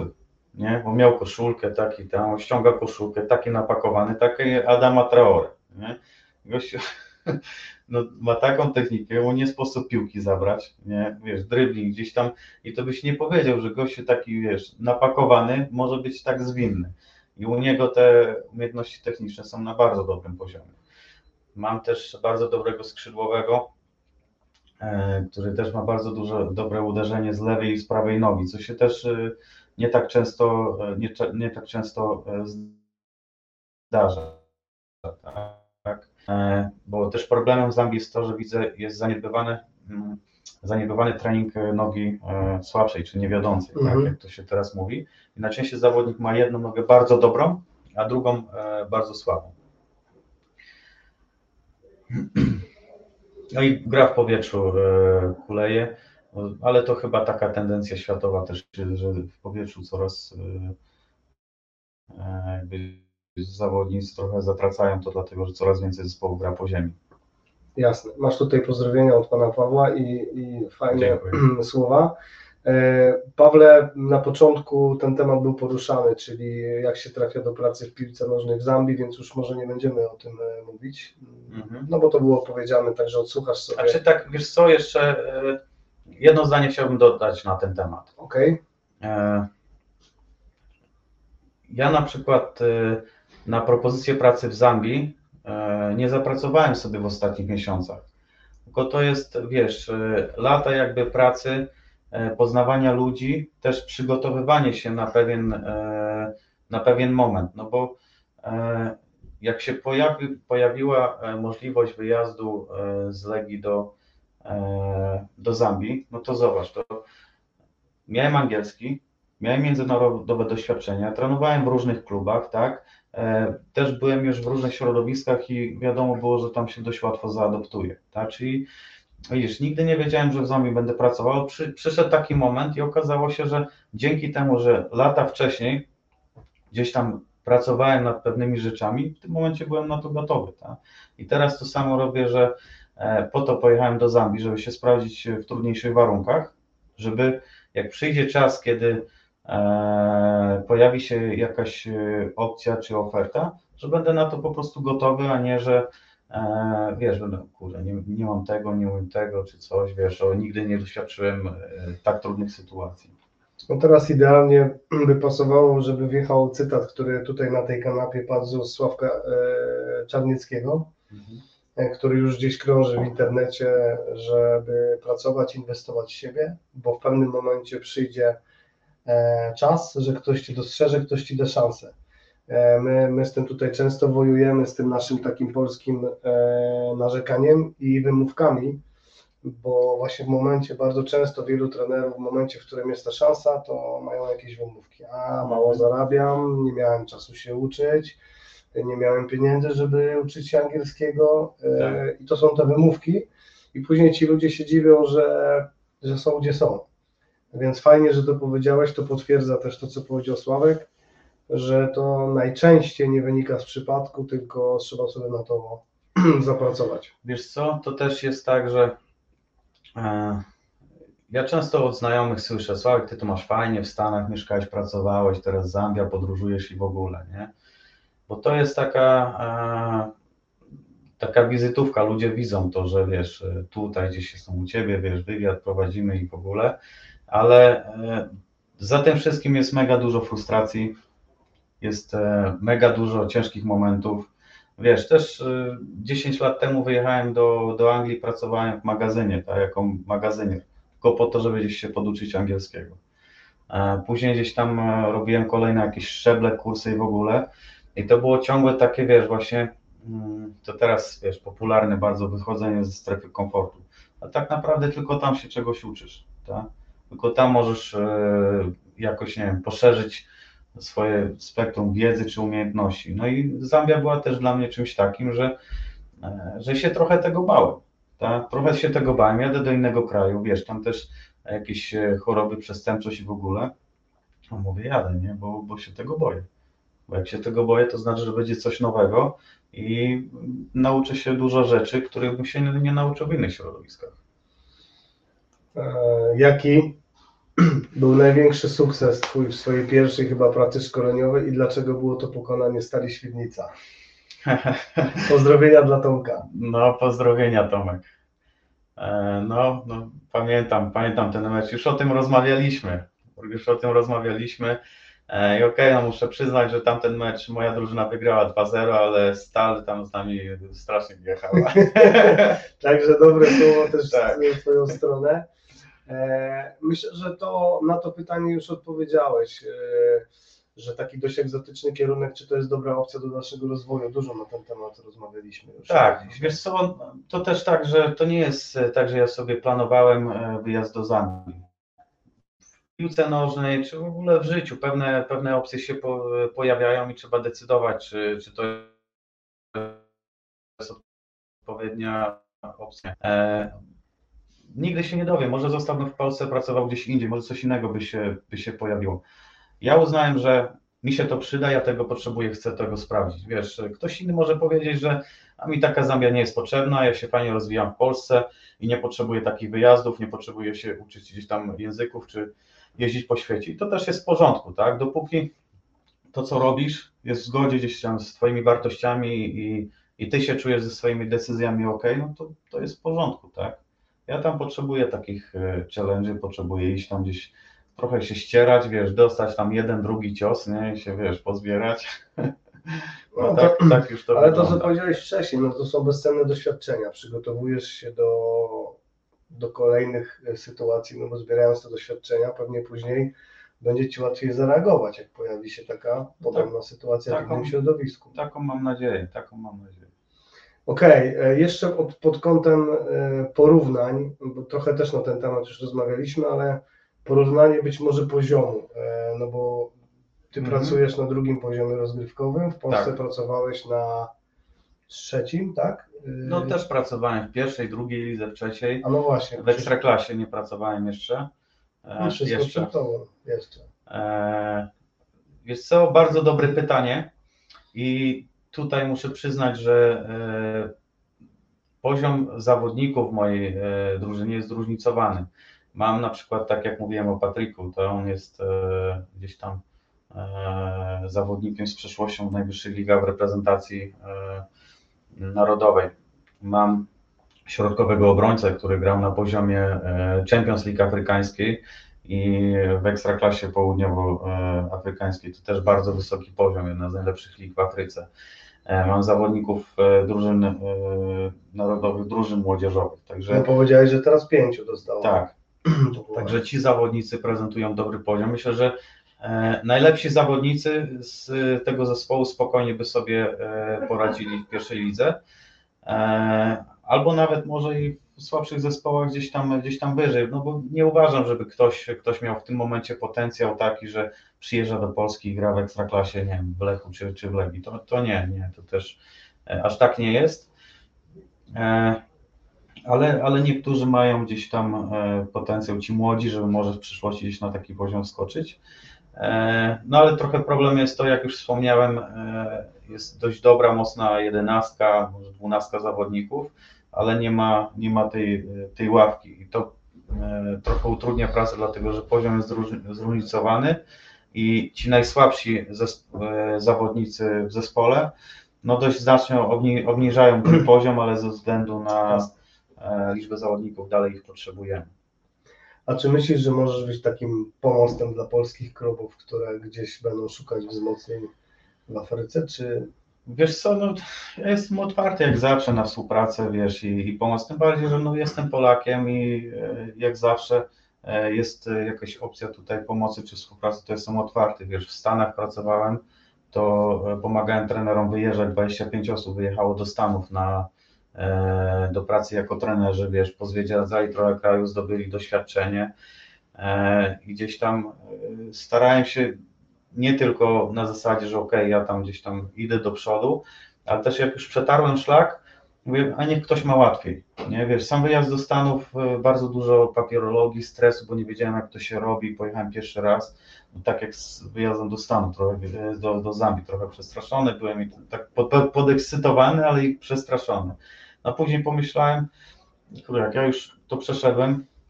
nie? Bo miał koszulkę, taki tam, ściąga koszulkę, taki napakowany, taki Adama Traore, nie? Gościu, no, ma taką technikę, mu nie sposób piłki zabrać, nie? Wiesz, dribbling gdzieś tam i to byś nie powiedział, że gościu taki, wiesz, napakowany może być tak zwinny. I u niego te umiejętności techniczne są na bardzo dobrym poziomie. Mam też bardzo dobrego skrzydłowego, który też ma bardzo dobre uderzenie z lewej i z prawej nogi, co się też nie tak często zdarza. Tak? Bo też problemem Zambii jest to, że widzę, jest zaniedbywany trening nogi słabszej, czy niewiodącej, tak? Jak to się teraz mówi. I najczęściej zawodnik ma jedną nogę bardzo dobrą, a drugą bardzo słabą. No i gra w powietrzu kuleje, ale to chyba taka tendencja światowa też, że w powietrzu coraz jakby zawodnicy trochę zatracają to, dlatego że coraz więcej zespołów gra po ziemi. Jasne. Masz tutaj pozdrowienia od pana Pawła i fajne słowa. Pawle, na początku ten temat był poruszany, czyli jak się trafia do pracy w piłce nożnej w Zambii, więc już może nie będziemy o tym mówić, no bo to było powiedziane, także odsłuchasz sobie. A czy tak, wiesz co, jeszcze jedno zdanie chciałbym dodać na ten temat. Okej. Ja na przykład na propozycję pracy w Zambii nie zapracowałem sobie w ostatnich miesiącach, tylko to jest, wiesz, lata jakby pracy, poznawania ludzi, też przygotowywanie się na pewien moment, no bo jak się pojawiła możliwość wyjazdu z Legii do Zambii, no to zobacz, to miałem angielski, miałem międzynarodowe doświadczenia, trenowałem w różnych klubach, tak, też byłem już w różnych środowiskach i wiadomo było, że tam się dość łatwo zaadoptuję, tak, czyli widzisz, nigdy nie wiedziałem, że w Zambii będę pracował. Przyszedł taki moment i okazało się, że dzięki temu, że lata wcześniej gdzieś tam pracowałem nad pewnymi rzeczami, w tym momencie byłem na to gotowy. Tak? I teraz to samo robię, że po to pojechałem do Zambii, żeby się sprawdzić w trudniejszych warunkach, żeby jak przyjdzie czas, kiedy pojawi się jakaś opcja czy oferta, że będę na to po prostu gotowy, a nie, że wiesz, będę, kurde, nie mam tego, nie umiem tego, czy coś, wiesz, nigdy nie doświadczyłem tak trudnych sytuacji. No teraz idealnie by pasowało, żeby wjechał cytat, który tutaj na tej kanapie padł z Sławka Czarnieckiego, który już gdzieś krąży w internecie, żeby pracować, inwestować w siebie, bo w pewnym momencie przyjdzie czas, że ktoś Cię dostrzeże, ktoś Ci da szansę. My z tym tutaj często wojujemy, z tym naszym takim polskim narzekaniem i wymówkami, bo właśnie w momencie, bardzo często wielu trenerów, w momencie, w którym jest ta szansa, to mają jakieś wymówki. Mało zarabiam, nie miałem czasu się uczyć, nie miałem pieniędzy, żeby uczyć się angielskiego i to są te wymówki i później ci ludzie się dziwią, że są gdzie są. Więc fajnie, że to powiedziałeś, to potwierdza też to, co powiedział Sławek, że to najczęściej nie wynika z przypadku, tylko trzeba sobie na to zapracować. Wiesz co, to też jest tak, że ja często od znajomych słyszę: Sławek, ty to masz fajnie, w Stanach mieszkałeś, pracowałeś, teraz Zambia, podróżujesz i w ogóle, nie? Bo to jest taka wizytówka, ludzie widzą to, że wiesz, tutaj gdzieś jestem u ciebie, wiesz, wywiad prowadzimy i w ogóle, ale za tym wszystkim jest mega dużo frustracji, jest mega dużo ciężkich momentów. Wiesz, też 10 lat temu wyjechałem do Anglii, pracowałem w magazynie, tak, jako magazynier, tylko po to, żeby gdzieś się poduczyć angielskiego. Później gdzieś tam robiłem kolejne jakieś szczeble, kursy i w ogóle. I to było ciągłe takie, wiesz, właśnie, to teraz, wiesz, popularne bardzo wychodzenie ze strefy komfortu. A tak naprawdę tylko tam się czegoś uczysz, tak? Tylko tam możesz jakoś, nie wiem, poszerzyć swoje spektrum wiedzy czy umiejętności. No i Zambia była też dla mnie czymś takim, że się trochę tego bałem. Tak? Trochę się tego bałem, jadę do innego kraju, wiesz, tam też jakieś choroby, przestępczość i w ogóle. No mówię, jadę, nie, bo się tego boję. Bo jak się tego boję, to znaczy, że będzie coś nowego i nauczę się dużo rzeczy, których bym się nie nauczył w innych środowiskach. Jaki był największy sukces twój w swojej pierwszej chyba pracy szkoleniowej i dlaczego było to pokonanie Stali Świdnica? Pozdrowienia dla Tomka. No, pozdrowienia Tomek. Pamiętam ten mecz, już o tym rozmawialiśmy. I okej, no muszę przyznać, że tamten mecz moja drużyna wygrała 2-0, ale Stal tam z nami strasznie wjechała. Także dobre słowo też Tak. w twoją stronę. Myślę, że na to pytanie już odpowiedziałeś, że taki dość egzotyczny kierunek, czy to jest dobra opcja do dalszego rozwoju. Dużo na ten temat rozmawialiśmy już. Tak, wiesz co, to też tak, że to nie jest tak, że ja sobie planowałem wyjazd do Zambii. W piłce nożnej, czy w ogóle w życiu pewne opcje się pojawiają i trzeba decydować, czy to jest odpowiednia opcja. Nigdy się nie dowiem, może zostałbym w Polsce, pracował gdzieś indziej, może coś innego by się pojawiło. Ja uznałem, że mi się to przyda, ja tego potrzebuję, chcę tego sprawdzić. Wiesz, ktoś inny może powiedzieć, że a mi taka Zambia nie jest potrzebna, ja się fajnie rozwijam w Polsce i nie potrzebuję takich wyjazdów, nie potrzebuję się uczyć gdzieś tam języków, czy jeździć po świecie. I to też jest w porządku, tak? Dopóki to, co robisz, jest w zgodzie gdzieś tam z twoimi wartościami i ty się czujesz ze swoimi decyzjami ok, no to jest w porządku, tak? Ja tam potrzebuję takich challenge'y, potrzebuję iść tam gdzieś, trochę się ścierać, wiesz, dostać tam jeden, drugi cios, nie, i się, wiesz, pozbierać. No tak już to ale wygląda. to, co powiedziałeś wcześniej, no to są bezcenne doświadczenia. Przygotowujesz się do kolejnych sytuacji, no bo zbierając te doświadczenia, pewnie później będzie ci łatwiej zareagować, jak pojawi się taka podobna sytuacja w innym środowisku. Taką mam nadzieję. Okej, jeszcze pod kątem porównań, bo trochę też na ten temat już rozmawialiśmy, ale porównanie być może poziomu, no bo ty pracujesz na drugim poziomie rozgrywkowym, w Polsce pracowałeś na trzecim, tak? No też pracowałem w pierwszej, drugiej lidze, w trzeciej. A no właśnie. W Ekstraklasie nie pracowałem jeszcze. Jeszcze. Wiesz co, bardzo dobre pytanie i tutaj muszę przyznać, że poziom zawodników w mojej drużynie jest zróżnicowany. Mam na przykład, tak jak mówiłem o Patryku, to on jest gdzieś tam zawodnikiem z przeszłością w najwyższych ligach w reprezentacji narodowej. Mam środkowego obrońcę, który grał na poziomie Champions League afrykańskiej i w Ekstraklasie południowoafrykańskiej. To też bardzo wysoki poziom, jedna z najlepszych lig w Afryce. Mam zawodników drużyn narodowych, drużyn młodzieżowych. Także, no powiedziałeś, że teraz 5 dostało. Tak. Także ci zawodnicy prezentują dobry poziom. Myślę, że najlepsi zawodnicy z tego zespołu spokojnie by sobie poradzili w pierwszej lidze. Albo nawet może i w słabszych zespołach gdzieś tam wyżej, no bo nie uważam, żeby ktoś miał w tym momencie potencjał taki, że przyjeżdża do Polski i gra w Ekstraklasie, nie wiem, w Lechu czy w Legii. To nie, to też aż tak nie jest. Ale niektórzy mają gdzieś tam potencjał, ci młodzi, żeby może w przyszłości gdzieś na taki poziom skoczyć. No ale trochę problem jest to, jak już wspomniałem, jest dość dobra, mocna 11, może 12 zawodników, ale nie ma tej ławki i to trochę utrudnia pracę, dlatego że poziom jest zróżnicowany i ci najsłabsi zawodnicy w zespole no dość znacznie obniżają ten poziom, ale ze względu na liczbę zawodników dalej ich potrzebujemy. A czy myślisz, że możesz być takim pomostem dla polskich klubów, które gdzieś będą szukać wzmocnień w Afryce, czy... Wiesz co, no, ja jestem otwarty jak zawsze na współpracę, wiesz, i pomoc, tym bardziej, że no, jestem Polakiem i jak zawsze jest jakaś opcja tutaj pomocy czy współpracy, to jestem otwarty, wiesz, w Stanach pracowałem, to pomagałem trenerom wyjeżdżać, 25 osób wyjechało do Stanów do pracy jako trenerzy, wiesz, pozwiedzali trochę kraju, zdobyli doświadczenie i gdzieś tam starałem się nie tylko na zasadzie, że okej, ja tam gdzieś tam idę do przodu, ale też jak już przetarłem szlak, mówię, a niech ktoś ma łatwiej, nie, wiesz, sam wyjazd do Stanów, bardzo dużo papierologii, stresu, bo nie wiedziałem jak to się robi, pojechałem pierwszy raz, tak jak z wyjazdem do Stanów, trochę do Zambii, trochę przestraszony byłem i tak podekscytowany, ale i przestraszony. A później pomyślałem, jak ja już to przeszedłem,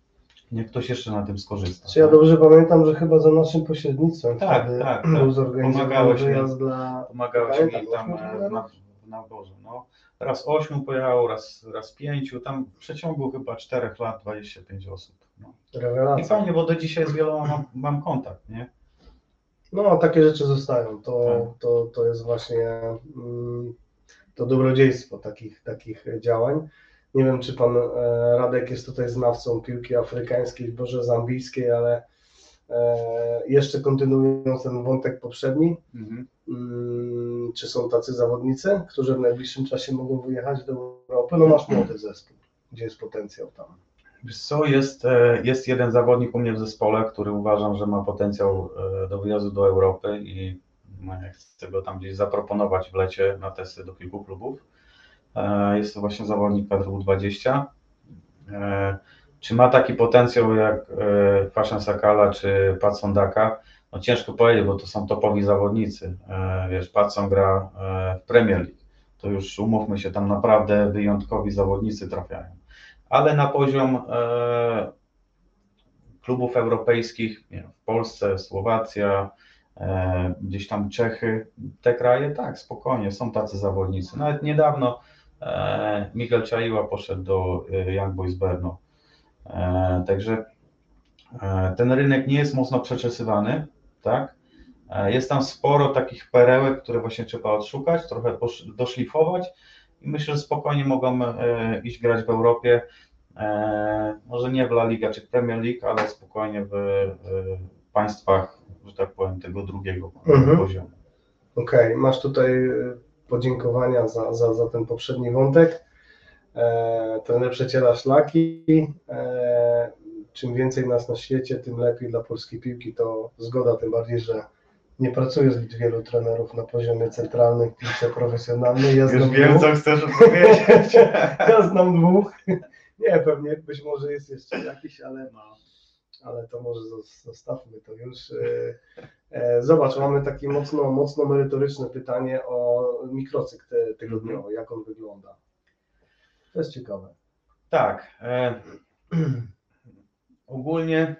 niech ktoś jeszcze na tym skorzysta. Czy ja dobrze pamiętam, że chyba za naszym pośrednictwem Tak, wtedy tak. był zorganizowany Pomagałeś mi. wyjazd dla... Pomagałeś mi pamiętam, tam 8 trenerów? w naborze. No, raz 8 pojechało, raz 5, tam w przeciągu chyba 4 lat 25 osób. No. I Rewelacja. fajnie, bo do dzisiaj z wieloma mam kontakt, nie? No, takie rzeczy zostają. Tak. To jest właśnie to dobrodziejstwo takich działań. Nie wiem, czy pan Radek jest tutaj znawcą piłki afrykańskiej, może zambijskiej, ale jeszcze kontynuując ten wątek poprzedni, czy są tacy zawodnicy, którzy w najbliższym czasie mogą wyjechać do Europy? No masz młody zespół, gdzie jest potencjał tam? Wiesz co, jest jeden zawodnik u mnie w zespole, który uważam, że ma potencjał do wyjazdu do Europy i chcę go tam gdzieś zaproponować w lecie na testy do kilku klubów. Jest to właśnie zawodnik kadry U20. Czy ma taki potencjał jak Fashion Sakala czy Patson Daka? No ciężko powiedzieć, bo to są topowi zawodnicy. Wiesz, Patson gra w Premier League. To już umówmy się, tam naprawdę wyjątkowi zawodnicy trafiają. Ale na poziom klubów europejskich, nie wiem, w Polsce, Słowacja, gdzieś tam Czechy, te kraje, tak, spokojnie, są tacy zawodnicy. Nawet niedawno Miguel Czaiła poszedł do Young Boys Brno. Także ten rynek nie jest mocno przeczesywany, tak? Jest tam sporo takich perełek, które właśnie trzeba odszukać, trochę doszlifować i myślę, że spokojnie mogą iść grać w Europie. Może nie w La Liga czy Premier League, ale spokojnie w państwach, że tak powiem, tego drugiego poziomu. Okej, masz tutaj podziękowania za ten poprzedni wątek. Trener przeciera szlaki. Czym więcej nas na świecie, tym lepiej dla polskiej piłki, to zgoda, tym bardziej, że nie pracuje zbyt wielu trenerów na poziomie centralnym w piłce profesjonalnej. Ja Już wiem, co chcesz powiedzieć. Ja znam dwóch. Nie, pewnie być może jest jeszcze jakiś, ale to może zostawmy to już. Zobacz, mamy takie mocno merytoryczne pytanie o mikrocykl tygodniowy, jak on wygląda. To jest ciekawe. Tak. Ogólnie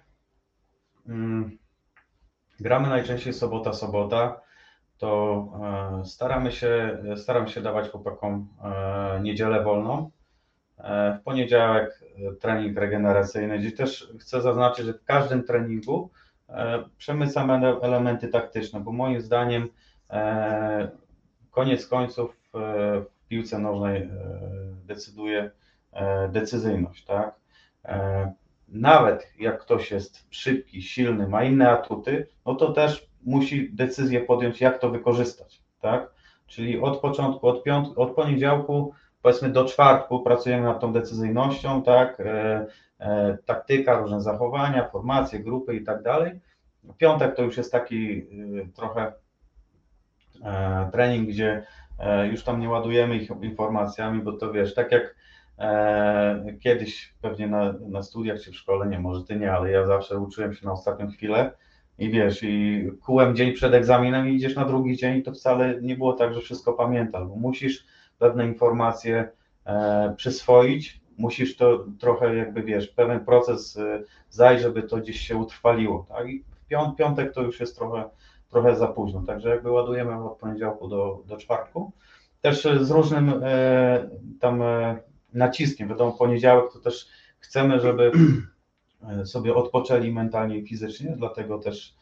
gramy najczęściej sobota, to staram się dawać chłopakom niedzielę wolną. W poniedziałek trening regeneracyjny, gdzie też chcę zaznaczyć, że w każdym treningu przemycamy elementy taktyczne, bo moim zdaniem koniec końców w piłce nożnej decyduje decyzyjność, tak? Nawet jak ktoś jest szybki, silny, ma inne atuty, no to też musi decyzję podjąć, jak to wykorzystać, tak? Czyli od początku, od poniedziałku, powiedzmy do czwartku pracujemy nad tą decyzyjnością, tak? Taktyka, różne zachowania, formacje, grupy i tak dalej. Piątek to już jest taki trochę trening, gdzie już tam nie ładujemy ich informacjami, bo to wiesz, tak jak kiedyś pewnie na studiach czy w szkole, nie, może ty nie, ale ja zawsze uczyłem się na ostatnią chwilę i wiesz, i kułem dzień przed egzaminem i idziesz na drugi dzień i to wcale nie było tak, że wszystko pamiętasz, bo musisz pewne informacje przyswoić, musisz to trochę jakby wiesz, pewien proces zajść, żeby to gdzieś się utrwaliło, tak? I w piątek to już jest trochę za późno, także jakby ładujemy od poniedziałku do czwartku, też z różnym tam naciskiem, wiadomo, poniedziałek to też chcemy, żeby sobie odpoczęli mentalnie i fizycznie, dlatego też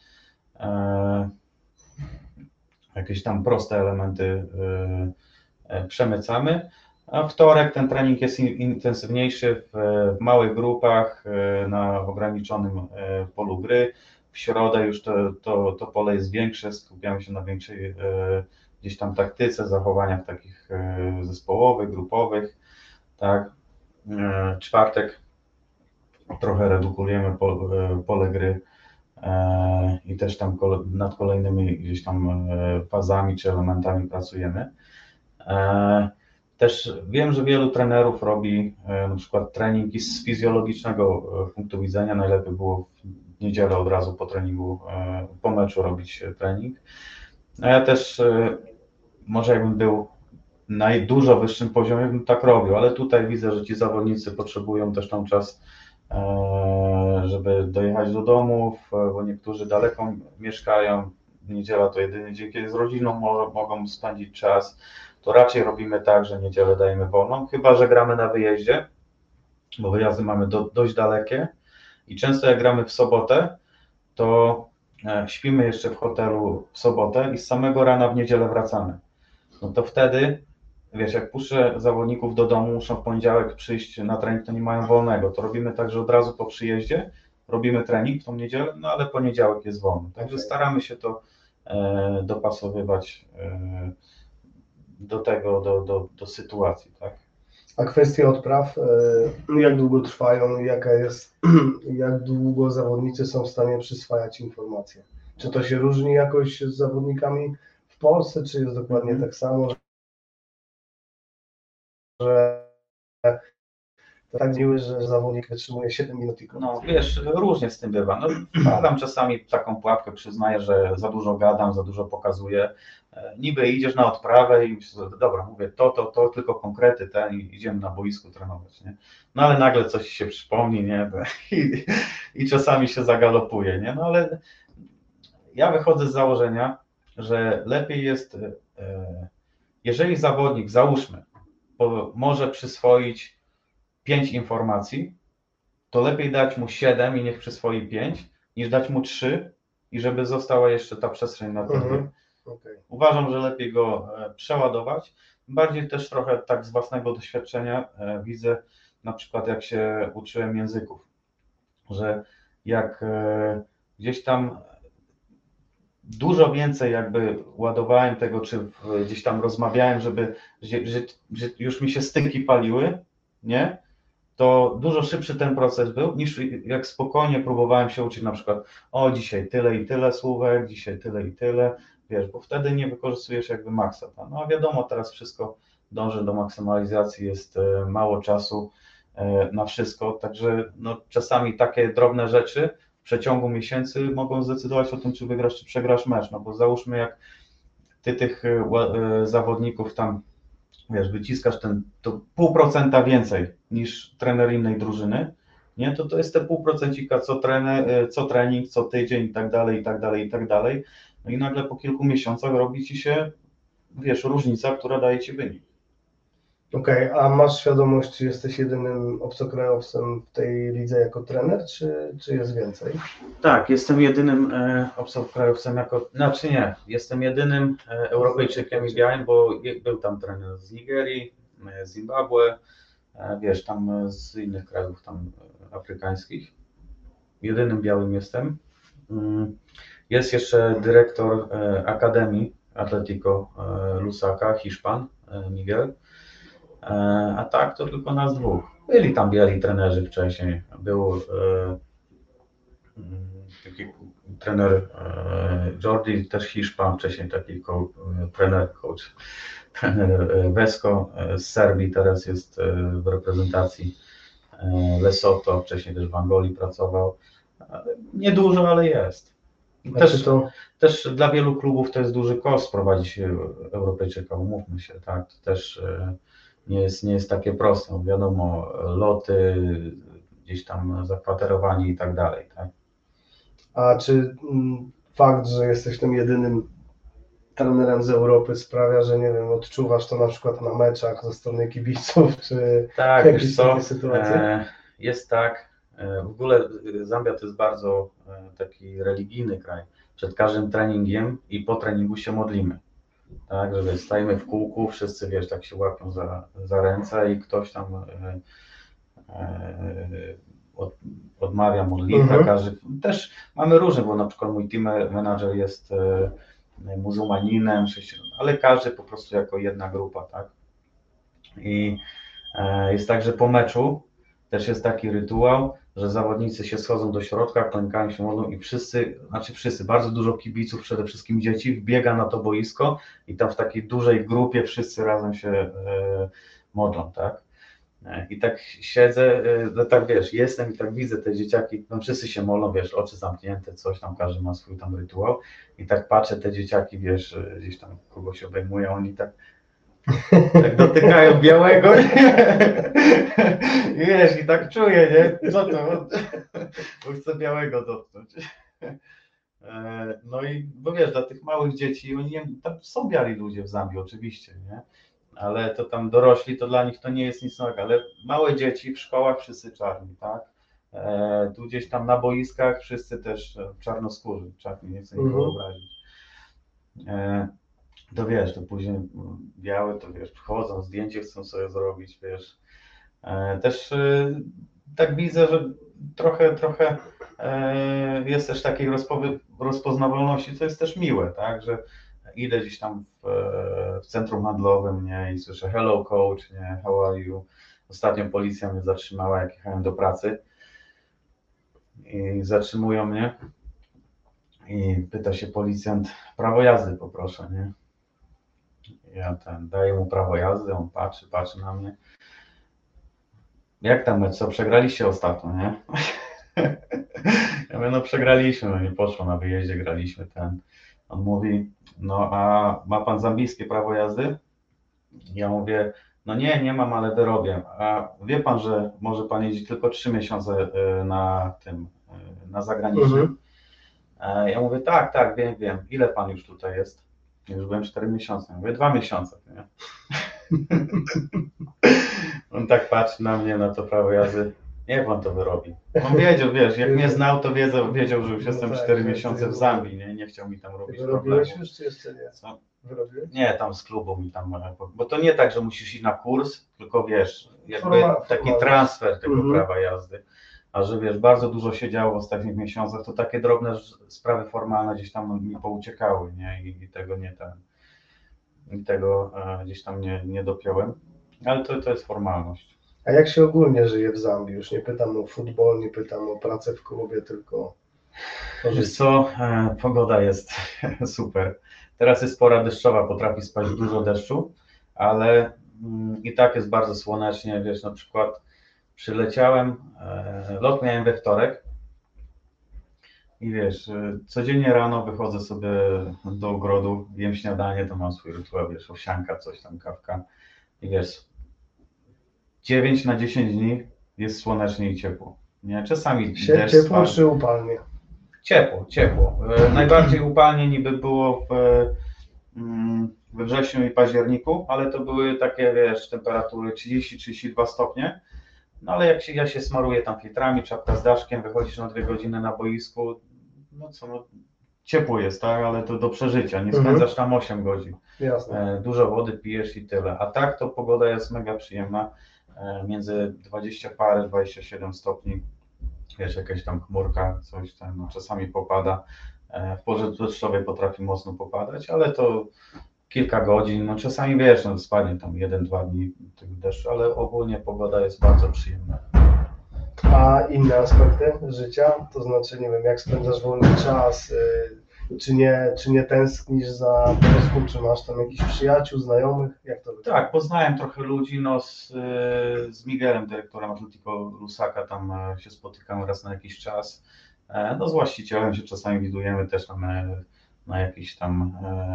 jakieś tam proste elementy przemycamy, a wtorek ten trening jest intensywniejszy w małych grupach, na ograniczonym polu gry, w środę już to pole jest większe, skupiamy się na większej gdzieś tam taktyce, zachowaniach takich zespołowych, grupowych, tak. Czwartek trochę redukujemy pole gry i też tam nad kolejnymi gdzieś tam fazami czy elementami pracujemy. Też wiem, że wielu trenerów robi na przykład treningi z fizjologicznego punktu widzenia. Najlepiej było w niedzielę od razu po treningu, po meczu robić trening. A ja też może jakbym był na dużo wyższym poziomie, bym tak robił, ale tutaj widzę, że ci zawodnicy potrzebują też tam czas żeby dojechać do domów, bo niektórzy daleko mieszkają. Niedziela to jedyny dzień, kiedy z rodziną mogą spędzić czas. To raczej robimy tak, że niedzielę dajemy wolną, chyba że gramy na wyjeździe, bo wyjazdy mamy dość dalekie i często jak gramy w sobotę, to śpimy jeszcze w hotelu w sobotę i z samego rana w niedzielę wracamy. No to wtedy, wiesz, jak puszczę zawodników do domu, muszą w poniedziałek przyjść na trening, to nie mają wolnego. To robimy tak, że od razu po przyjeździe robimy trening w tą niedzielę, no ale poniedziałek jest wolny. Także staramy się to dopasowywać do tego, do sytuacji, tak? A kwestie odpraw, jak długo trwają, jak długo zawodnicy są w stanie przyswajać informacje? Czy to się różni jakoś z zawodnikami w Polsce, czy jest dokładnie tak samo, że tak miły, że zawodnik wytrzymuje 7 minut i koniec? No wiesz, różnie z tym bywa. No, wpadam czasami w taką pułapkę, przyznaję, że za dużo gadam, za dużo pokazuję. Niby idziesz na odprawę i myślisz, dobra, mówię to, tylko konkrety i idziemy na boisku trenować, nie? No ale nagle coś się przypomni, nie? I czasami się zagalopuje, nie? No ale ja wychodzę z założenia, że lepiej jest, jeżeli zawodnik, załóżmy, może przyswoić 5 informacji, to lepiej dać mu 7 i niech przyswoi 5, niż dać mu 3 i żeby została jeszcze ta przestrzeń na tym. Okay. Uważam, że lepiej go przeładować. Bardziej też trochę tak z własnego doświadczenia widzę, na przykład jak się uczyłem języków, że jak gdzieś tam dużo więcej jakby ładowałem tego, czy gdzieś tam rozmawiałem, że już mi się styki paliły, nie? To dużo szybszy ten proces był, niż jak spokojnie próbowałem się uczyć na przykład dzisiaj tyle i tyle słówek, dzisiaj tyle i tyle, wiesz, bo wtedy nie wykorzystujesz jakby maksa. No a wiadomo, teraz wszystko dąży do maksymalizacji, jest mało czasu na wszystko, także no, czasami takie drobne rzeczy w przeciągu miesięcy mogą zdecydować o tym, czy wygrasz, czy przegrasz mecz, no bo załóżmy, jak ty tych zawodników tam, wiesz, wyciskasz to 0,5% więcej niż trener innej drużyny, nie, to jest te 0,5% co trening, co tydzień i tak dalej, i tak dalej, i tak dalej. No i nagle po kilku miesiącach robi ci się, wiesz, różnica, która daje ci wynik. Okej, a masz świadomość, czy jesteś jedynym obcokrajowcem w tej lidze jako trener, czy jest więcej? Tak, jestem jedynym obcokrajowcem jestem jedynym Europejczykiem i białym, bo był tam trener z Nigerii, z Zimbabwe, wiesz, tam z innych krajów tam afrykańskich. Jedynym białym jestem. Jest jeszcze dyrektor Akademii Atletico Lusaka, Hiszpan, Miguel. A tak to tylko nas dwóch. Byli tam biali trenerzy wcześniej. Był taki trener Jordi, też Hiszpan, wcześniej taki coach Vesco z Serbii, teraz jest w reprezentacji Lesotho, wcześniej też w Angolii pracował. Niedużo, ale jest. Też dla wielu klubów to jest duży koszt prowadzić Europejczyka, umówmy się, tak, to też nie jest takie proste, no wiadomo, loty, gdzieś tam zakwaterowanie i tak dalej, tak. A czy fakt, że jesteś tym jedynym trenerem z Europy sprawia, że nie wiem, odczuwasz to na przykład na meczach ze strony kibiców, czy tak, jakieś takie sytuacje? Jest tak, w ogóle Zambia to jest bardzo taki religijny kraj. Przed każdym treningiem i po treningu się modlimy. Tak, że stajemy w kółku, wszyscy, wiesz, tak się łapią za ręce i ktoś tam odmawia modlitwę. Każdy, też mamy różne, bo na przykład mój team manager jest muzułmaninem, ale każdy po prostu jako jedna grupa, tak. I jest tak, że po meczu też jest taki rytuał, że zawodnicy się schodzą do środka, klękają się modlą i wszyscy, bardzo dużo kibiców, przede wszystkim dzieci, wbiega na to boisko i tam w takiej dużej grupie wszyscy razem się modlą, tak? I tak siedzę, no tak wiesz, jestem i tak widzę te dzieciaki, no wszyscy się modlą, wiesz, oczy zamknięte, coś tam, każdy ma swój tam rytuał i tak patrzę, te dzieciaki, wiesz, gdzieś tam kogoś obejmują, oni tak Jak dotykają białego, i wiesz, i tak czuję, nie? Co to? Bo chcę białego dotknąć. No i bo wiesz, dla tych małych dzieci, oni tam są biali ludzie w Zambii oczywiście, nie? Ale to tam dorośli, to dla nich to nie jest nic nowego, ale małe dzieci w szkołach wszyscy czarni, tak? Tu gdzieś tam na boiskach wszyscy też czarnoskórzy, czarni, nie chcę nikogo obrazić. To wiesz, to później białe, to wiesz, przychodzą, zdjęcie chcą sobie zrobić, wiesz. Też tak widzę, że trochę jest też takiej rozpoznawalności, co jest też miłe, tak, że idę gdzieś tam w centrum handlowym, nie, i słyszę hello coach, nie, how are you. Ostatnio policja mnie zatrzymała, jak jechałem do pracy i zatrzymują mnie i pyta się policjant, prawo jazdy poproszę, nie. Ja daję mu prawo jazdy, on patrzy na mnie. Jak tam mecz, co przegraliście ostatnio, nie? Ja mówię, no przegraliśmy, no nie poszło na wyjeździe, graliśmy ten. On mówi, no a ma pan zambijskie prawo jazdy? Ja mówię, no nie mam, ale wyrobię. A wie pan, że może pan jeździć tylko 3 miesiące na zagranicznym? Ja mówię, tak, wiem. Ile pan już tutaj jest? Już byłem 4 miesiące. Ja mówię, 2 miesiące. Nie? On tak patrzy na mnie, na to prawo jazdy. Niech pan to wyrobi. On wiedział, wiesz, jak mnie znał, to wiedział, że już jestem 4 miesiące w Zambii, nie chciał mi tam robić problemu. Wyrobiłeś już, czy jeszcze nie? Co? Wyrobiłeś? Nie, tam z klubu mi tam, bo to nie tak, że musisz iść na kurs, tylko wiesz, jakby taki transfer tego prawa jazdy. A że wiesz, bardzo dużo się działo w ostatnich miesiącach, to takie drobne sprawy formalne gdzieś tam mi pouciekały, nie? I tego gdzieś tam nie dopiąłem, ale to jest formalność. A jak się ogólnie żyje w Zambii? Już nie pytam o futbol, nie pytam o pracę w klubie, tylko o Wiesz życie. co, pogoda jest super. Teraz jest pora deszczowa, potrafi spaść dużo deszczu, ale i tak jest bardzo słonecznie, wiesz, na przykład przyleciałem, lot miałem we wtorek i wiesz, codziennie rano wychodzę sobie do ogrodu, jem śniadanie, to mam swój rytuał, wiesz, owsianka, coś tam, kawka i wiesz, 9 na 10 dni jest słonecznie i ciepło, nie? Czasami deszcz Ciepło spadł. czy upalnie? Ciepło. Najbardziej upalnie niby było we wrześniu i październiku, ale to były takie, wiesz, temperatury 30-32 stopnie. No ale jak ja się smaruję tam filtrami, czapka z daszkiem, wychodzisz na 2 godziny na boisku, no ciepło jest, tak, ale to do przeżycia, nie spędzasz tam 8 godzin. Jasne. Dużo wody pijesz i tyle. A tak to pogoda jest mega przyjemna, między 20 parę, 27 stopni. Wiesz, jakaś tam chmurka, coś tam, no, czasami popada. W porze deszczowej potrafi mocno popadać, ale to kilka godzin, no czasami wiesz, no spadnie tam 1-2 dni tego deszczu, ale ogólnie pogoda jest bardzo przyjemna. A inne aspekty życia? To znaczy, nie wiem, jak spędzasz wolny czas, czy nie tęsknisz za Polską, czy masz tam jakichś przyjaciół, znajomych? Jak to wygląda? Tak, poznałem trochę ludzi, no z Miguelem, dyrektorem Atletico Lusaka, tam się spotykam raz na jakiś czas. No z właścicielem się czasami widujemy też tam na jakiś tam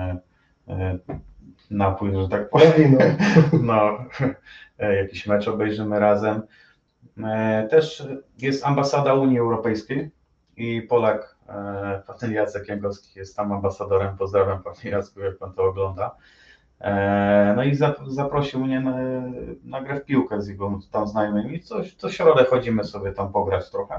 napój, że tak powiem. No, jakiś mecz obejrzymy razem. Też jest ambasada Unii Europejskiej i Polak, pan Jacek Jęgowski jest tam ambasadorem. Pozdrawiam panie Jacku, jak pan to ogląda. No i zaprosił mnie na grę w piłkę z jego tam znajomymi. Co środę chodzimy sobie tam pograć trochę.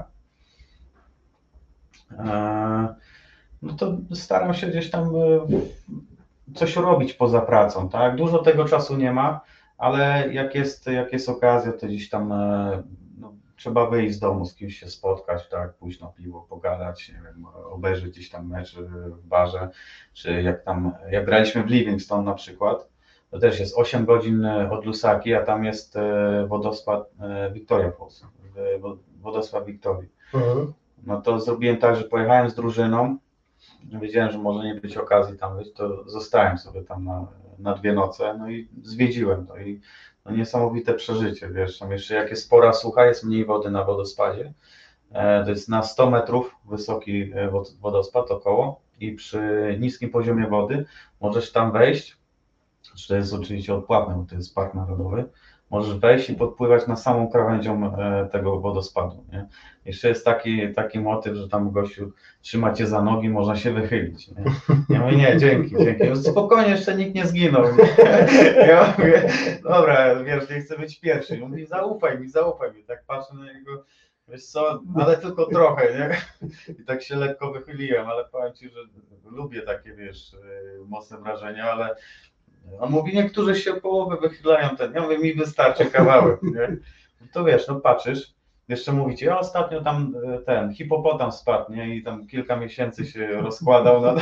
No to staram się gdzieś tam coś robić poza pracą, tak? Dużo tego czasu nie ma, ale jak jest okazja, to gdzieś tam no, trzeba wyjść z domu, z kimś się spotkać, tak? Pójść na piwo, pogadać, nie wiem, obejrzeć gdzieś tam mecz w barze, czy jak graliśmy w Livingstone na przykład, to też jest 8 godzin od Lusaki, a tam jest wodospad Victoria Falls, wodospad Wiktorii. No to zrobiłem tak, że pojechałem z drużyną, wiedziałem, że może nie być okazji tam być, to zostałem sobie tam na 2 noce, no i zwiedziłem to i no niesamowite przeżycie, wiesz, tam jeszcze jak jest pora sucha, jest mniej wody na wodospadzie, to jest na 100 metrów wysoki wodospad około i przy niskim poziomie wody możesz tam wejść To jest oczywiście odpłatne, bo to jest park narodowy. Możesz wejść i podpływać na samą krawędzią tego wodospadu. Nie? Jeszcze jest taki motyw, że tam gościu trzyma cię za nogi, można się wychylić. Nie? Ja mówię, nie, dzięki. No, spokojnie, jeszcze nikt nie zginął. Ja mówię, dobra, wiesz, nie chcę być pierwszy. On mówi, zaufaj mi. Tak patrzę na niego, wiesz co, ale tylko trochę, nie? I tak się lekko wychyliłem, ale powiem ci, że lubię takie, wiesz, mocne wrażenia, ale on mówi, niektórzy się połowę wychylają, ja mówię, mi wystarczy kawałek, nie? To wiesz, no patrzysz, jeszcze mówicie, ja ostatnio tam ten hipopotam spadł, nie? I tam kilka miesięcy się rozkładał na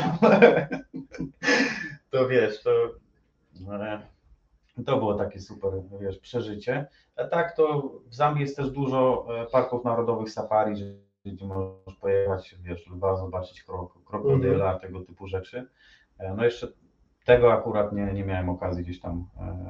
to wiesz, to było takie super, wiesz, przeżycie. A tak to w Zambii jest też dużo parków narodowych, safari, gdzie możesz pojechać, wiesz, lwa, zobaczyć krokodyla, tego typu rzeczy. No jeszcze tego akurat nie miałem okazji gdzieś tam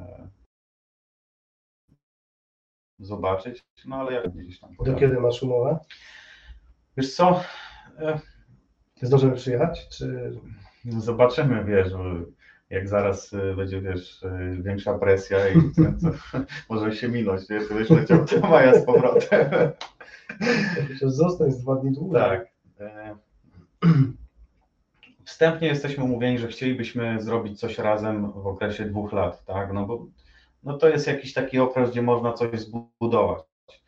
zobaczyć, no ale jak gdzieś tam Do kiedy masz umowę? Wiesz co? Zdążymy przyjechać, czy... Zobaczymy, wiesz, jak zaraz będzie, wiesz, większa presja i to może się minąć, wiesz, to już leciał do maja z powrotem. Przecież zostań z 2 dni dłużej. Tak. Wstępnie jesteśmy umówieni, że chcielibyśmy zrobić coś razem w okresie 2 lat, tak? No bo no to jest jakiś taki okres, gdzie można coś zbudować.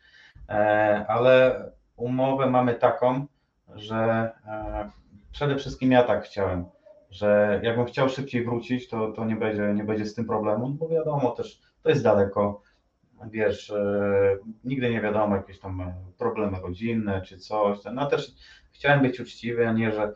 Ale umowę mamy taką, że przede wszystkim ja tak chciałem, że jakbym chciał szybciej wrócić, to nie będzie z tym problemu, bo wiadomo też, to jest daleko, wiesz, nigdy nie wiadomo, jakieś tam problemy rodzinne czy coś. No też chciałem być uczciwy, a nie, że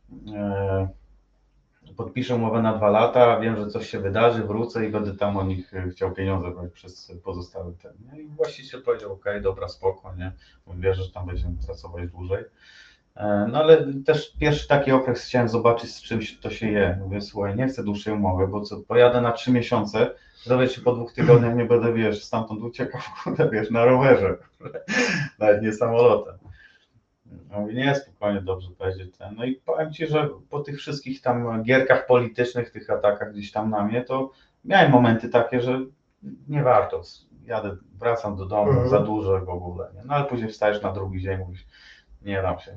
podpiszę umowę na 2 lata, wiem, że coś się wydarzy, wrócę i będę tam o nich chciał pieniądze brać przez pozostały ten. Nie? I właściciel powiedział, okej, dobra, spoko, nie? Wierzę, że tam będziemy pracować dłużej. No ale też pierwszy taki okres chciałem zobaczyć, z czymś to się je. Mówię, słuchaj, nie chcę dłuższej umowy, bo co, pojadę na 3 miesiące, dowiesz się po 2 tygodniach, nie będę, wiesz, stamtąd uciekał, wiesz, na rowerze, nawet nie samolotem. Mówi, nie, spokojnie, dobrze będzie ten. No i powiem Ci, że po tych wszystkich tam gierkach politycznych, tych atakach gdzieś tam na mnie, to miałem momenty takie, że nie warto, jadę, wracam do domu, za dużo w ogóle, nie? No ale później wstajesz na drugi dzień, mówisz, nie dam się,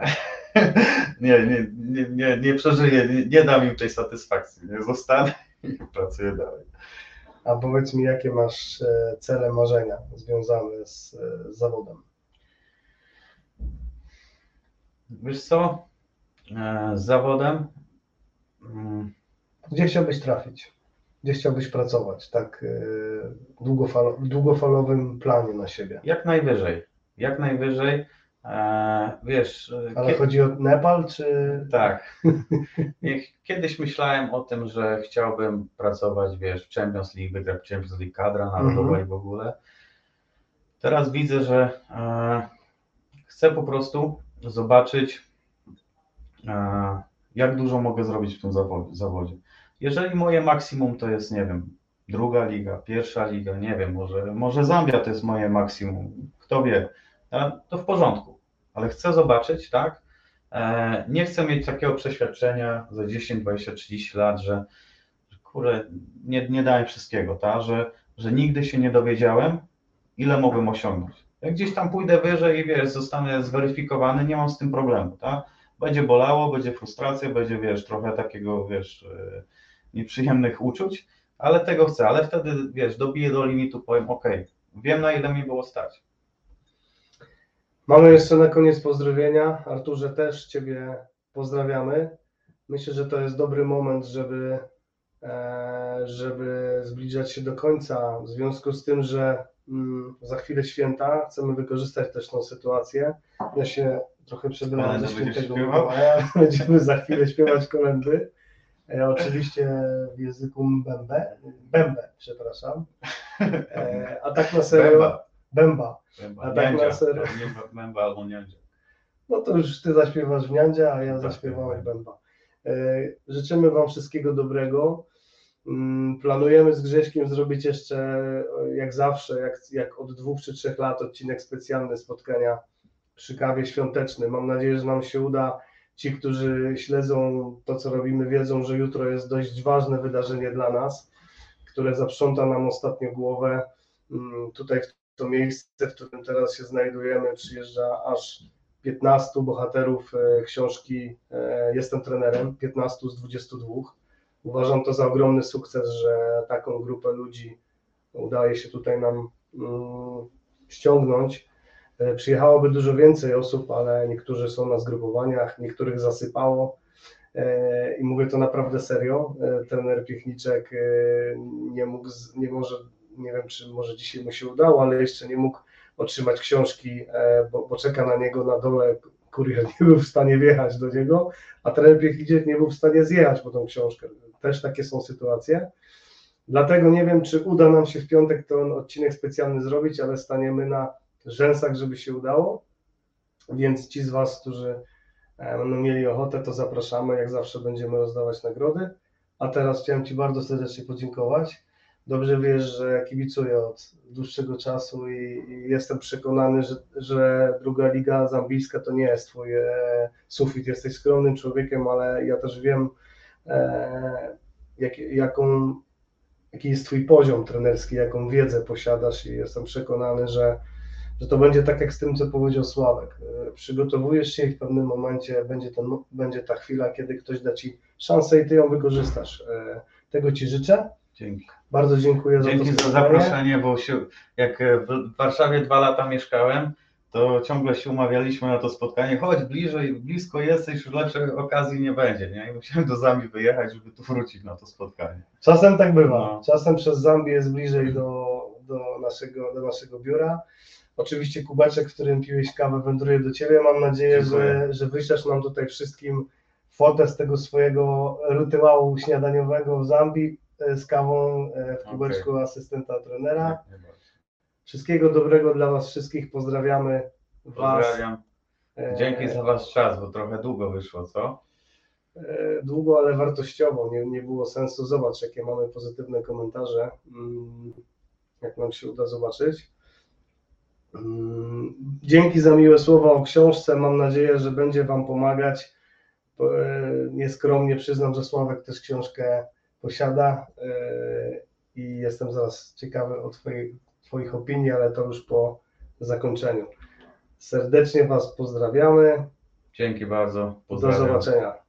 nie przeżyję, nie dam im tej satysfakcji, nie zostanę i pracuję dalej. A powiedz mi, jakie masz cele, marzenia związane z zawodem? Wiesz co, z zawodem... Gdzie chciałbyś trafić? Gdzie chciałbyś pracować, tak w długofalowym planie na siebie? Jak najwyżej. Wiesz... Ale chodzi o Nepal, czy... Tak. Kiedyś myślałem o tym, że chciałbym pracować, wiesz, w Champions League, wygrać w Champions League, kadra narodowa i w ogóle. Teraz widzę, że chcę po prostu zobaczyć, jak dużo mogę zrobić w tym zawodzie. Jeżeli moje maksimum to jest, nie wiem, 2. liga, 1. liga, nie wiem, może Zambia to jest moje maksimum, kto wie, to w porządku, ale chcę zobaczyć, tak? Nie chcę mieć takiego przeświadczenia za 10, 20, 30 lat, że kurde, nie dałem wszystkiego, tak? Że nigdy się nie dowiedziałem, ile mogłem osiągnąć. Jak gdzieś tam pójdę wyżej i wiesz, zostanę zweryfikowany, nie mam z tym problemu, tak? Będzie bolało, będzie frustracja, będzie, wiesz, trochę takiego, wiesz, nieprzyjemnych uczuć, ale tego chcę, ale wtedy, wiesz, dobiję do limitu, powiem, ok, wiem, na ile mi było stać. Mamy jeszcze na koniec pozdrowienia. Arturze, też Ciebie pozdrawiamy. Myślę, że to jest dobry moment, żeby zbliżać się do końca, w związku z tym, że za chwilę święta, chcemy wykorzystać też tą sytuację. Ja się trochę przebrałem ze Świętego Mikołaja, będziemy za chwilę śpiewać kolędy. Oczywiście w języku Mbembe, przepraszam. A tak na serio... Bemba. A tak na serio... Bemba albo Niandzia. No to już Ty zaśpiewasz w Niandzia, a ja zaśpiewałem Bemba. Życzymy Wam wszystkiego dobrego. Planujemy z Grześkiem zrobić jeszcze, jak zawsze, jak od 2 czy 3 lat, odcinek specjalny spotkania przy kawie świątecznym. Mam nadzieję, że nam się uda. Ci, którzy śledzą to, co robimy, wiedzą, że jutro jest dość ważne wydarzenie dla nas. które zaprząta nam ostatnio głowę. Tutaj w to miejsce, w którym teraz się znajdujemy, przyjeżdża aż 15 bohaterów książki Jestem trenerem, 15 z 22. Uważam to za ogromny sukces, że taką grupę ludzi udaje się tutaj nam ściągnąć. Przyjechałoby dużo więcej osób, ale niektórzy są na zgrupowaniach, niektórych zasypało i mówię to naprawdę serio. Trener Piechniczek nie wiem, czy może dzisiaj mu się udało, ale jeszcze nie mógł otrzymać książki, bo czeka na niego na dole. Kurier nie był w stanie wjechać do niego, a trener Piechniczek nie był w stanie zjechać po tą książkę. Też takie są sytuacje. Dlatego nie wiem, czy uda nam się w piątek ten odcinek specjalny zrobić, ale staniemy na rzęsach, żeby się udało. Więc ci z Was, którzy będą mieli ochotę, to zapraszamy. Jak zawsze będziemy rozdawać nagrody. A teraz chciałem Ci bardzo serdecznie podziękować. Dobrze wiesz, że kibicuję od dłuższego czasu i jestem przekonany, że druga liga zambijska to nie jest Twój sufit. Jesteś skromnym człowiekiem, ale ja też wiem, jaki jest Twój poziom trenerski, jaką wiedzę posiadasz i jestem przekonany, że to będzie tak jak z tym, co powiedział Sławek. Przygotowujesz się i w pewnym momencie będzie ta chwila, kiedy ktoś da Ci szansę i Ty ją wykorzystasz. Tego Ci życzę. Dzięki. Bardzo dziękuję Dzięki za zaproszenie, bo jak w Warszawie 2 lata mieszkałem, to ciągle się umawialiśmy na to spotkanie, chodź bliżej, blisko jesteś, już lepszej okazji nie będzie, nie? I musiałem do Zambii wyjechać, żeby tu wrócić na to spotkanie. Czasem tak bywa, No. Czasem przez Zambię jest bliżej do naszego biura. Oczywiście kubeczek, w którym piłeś kawę, wędruje do Ciebie. Mam nadzieję, że wyślesz nam tutaj wszystkim fotę z tego swojego rytuału śniadaniowego w Zambii z kawą w kubeczku asystenta trenera. Wszystkiego dobrego dla Was wszystkich. Pozdrawiamy Was. Pozdrawiam. Dzięki za Wasz czas, bo trochę długo wyszło, co? Długo, ale wartościowo. Nie było sensu. Zobacz, jakie mamy pozytywne komentarze. Jak nam się uda zobaczyć. Dzięki za miłe słowa o książce. Mam nadzieję, że będzie Wam pomagać. Nieskromnie przyznam, że Sławek też książkę posiada i jestem zaraz ciekawy o Twoich opinii, ale to już po zakończeniu. Serdecznie Was pozdrawiamy. Dzięki bardzo. Pozdrawiam. Do zobaczenia.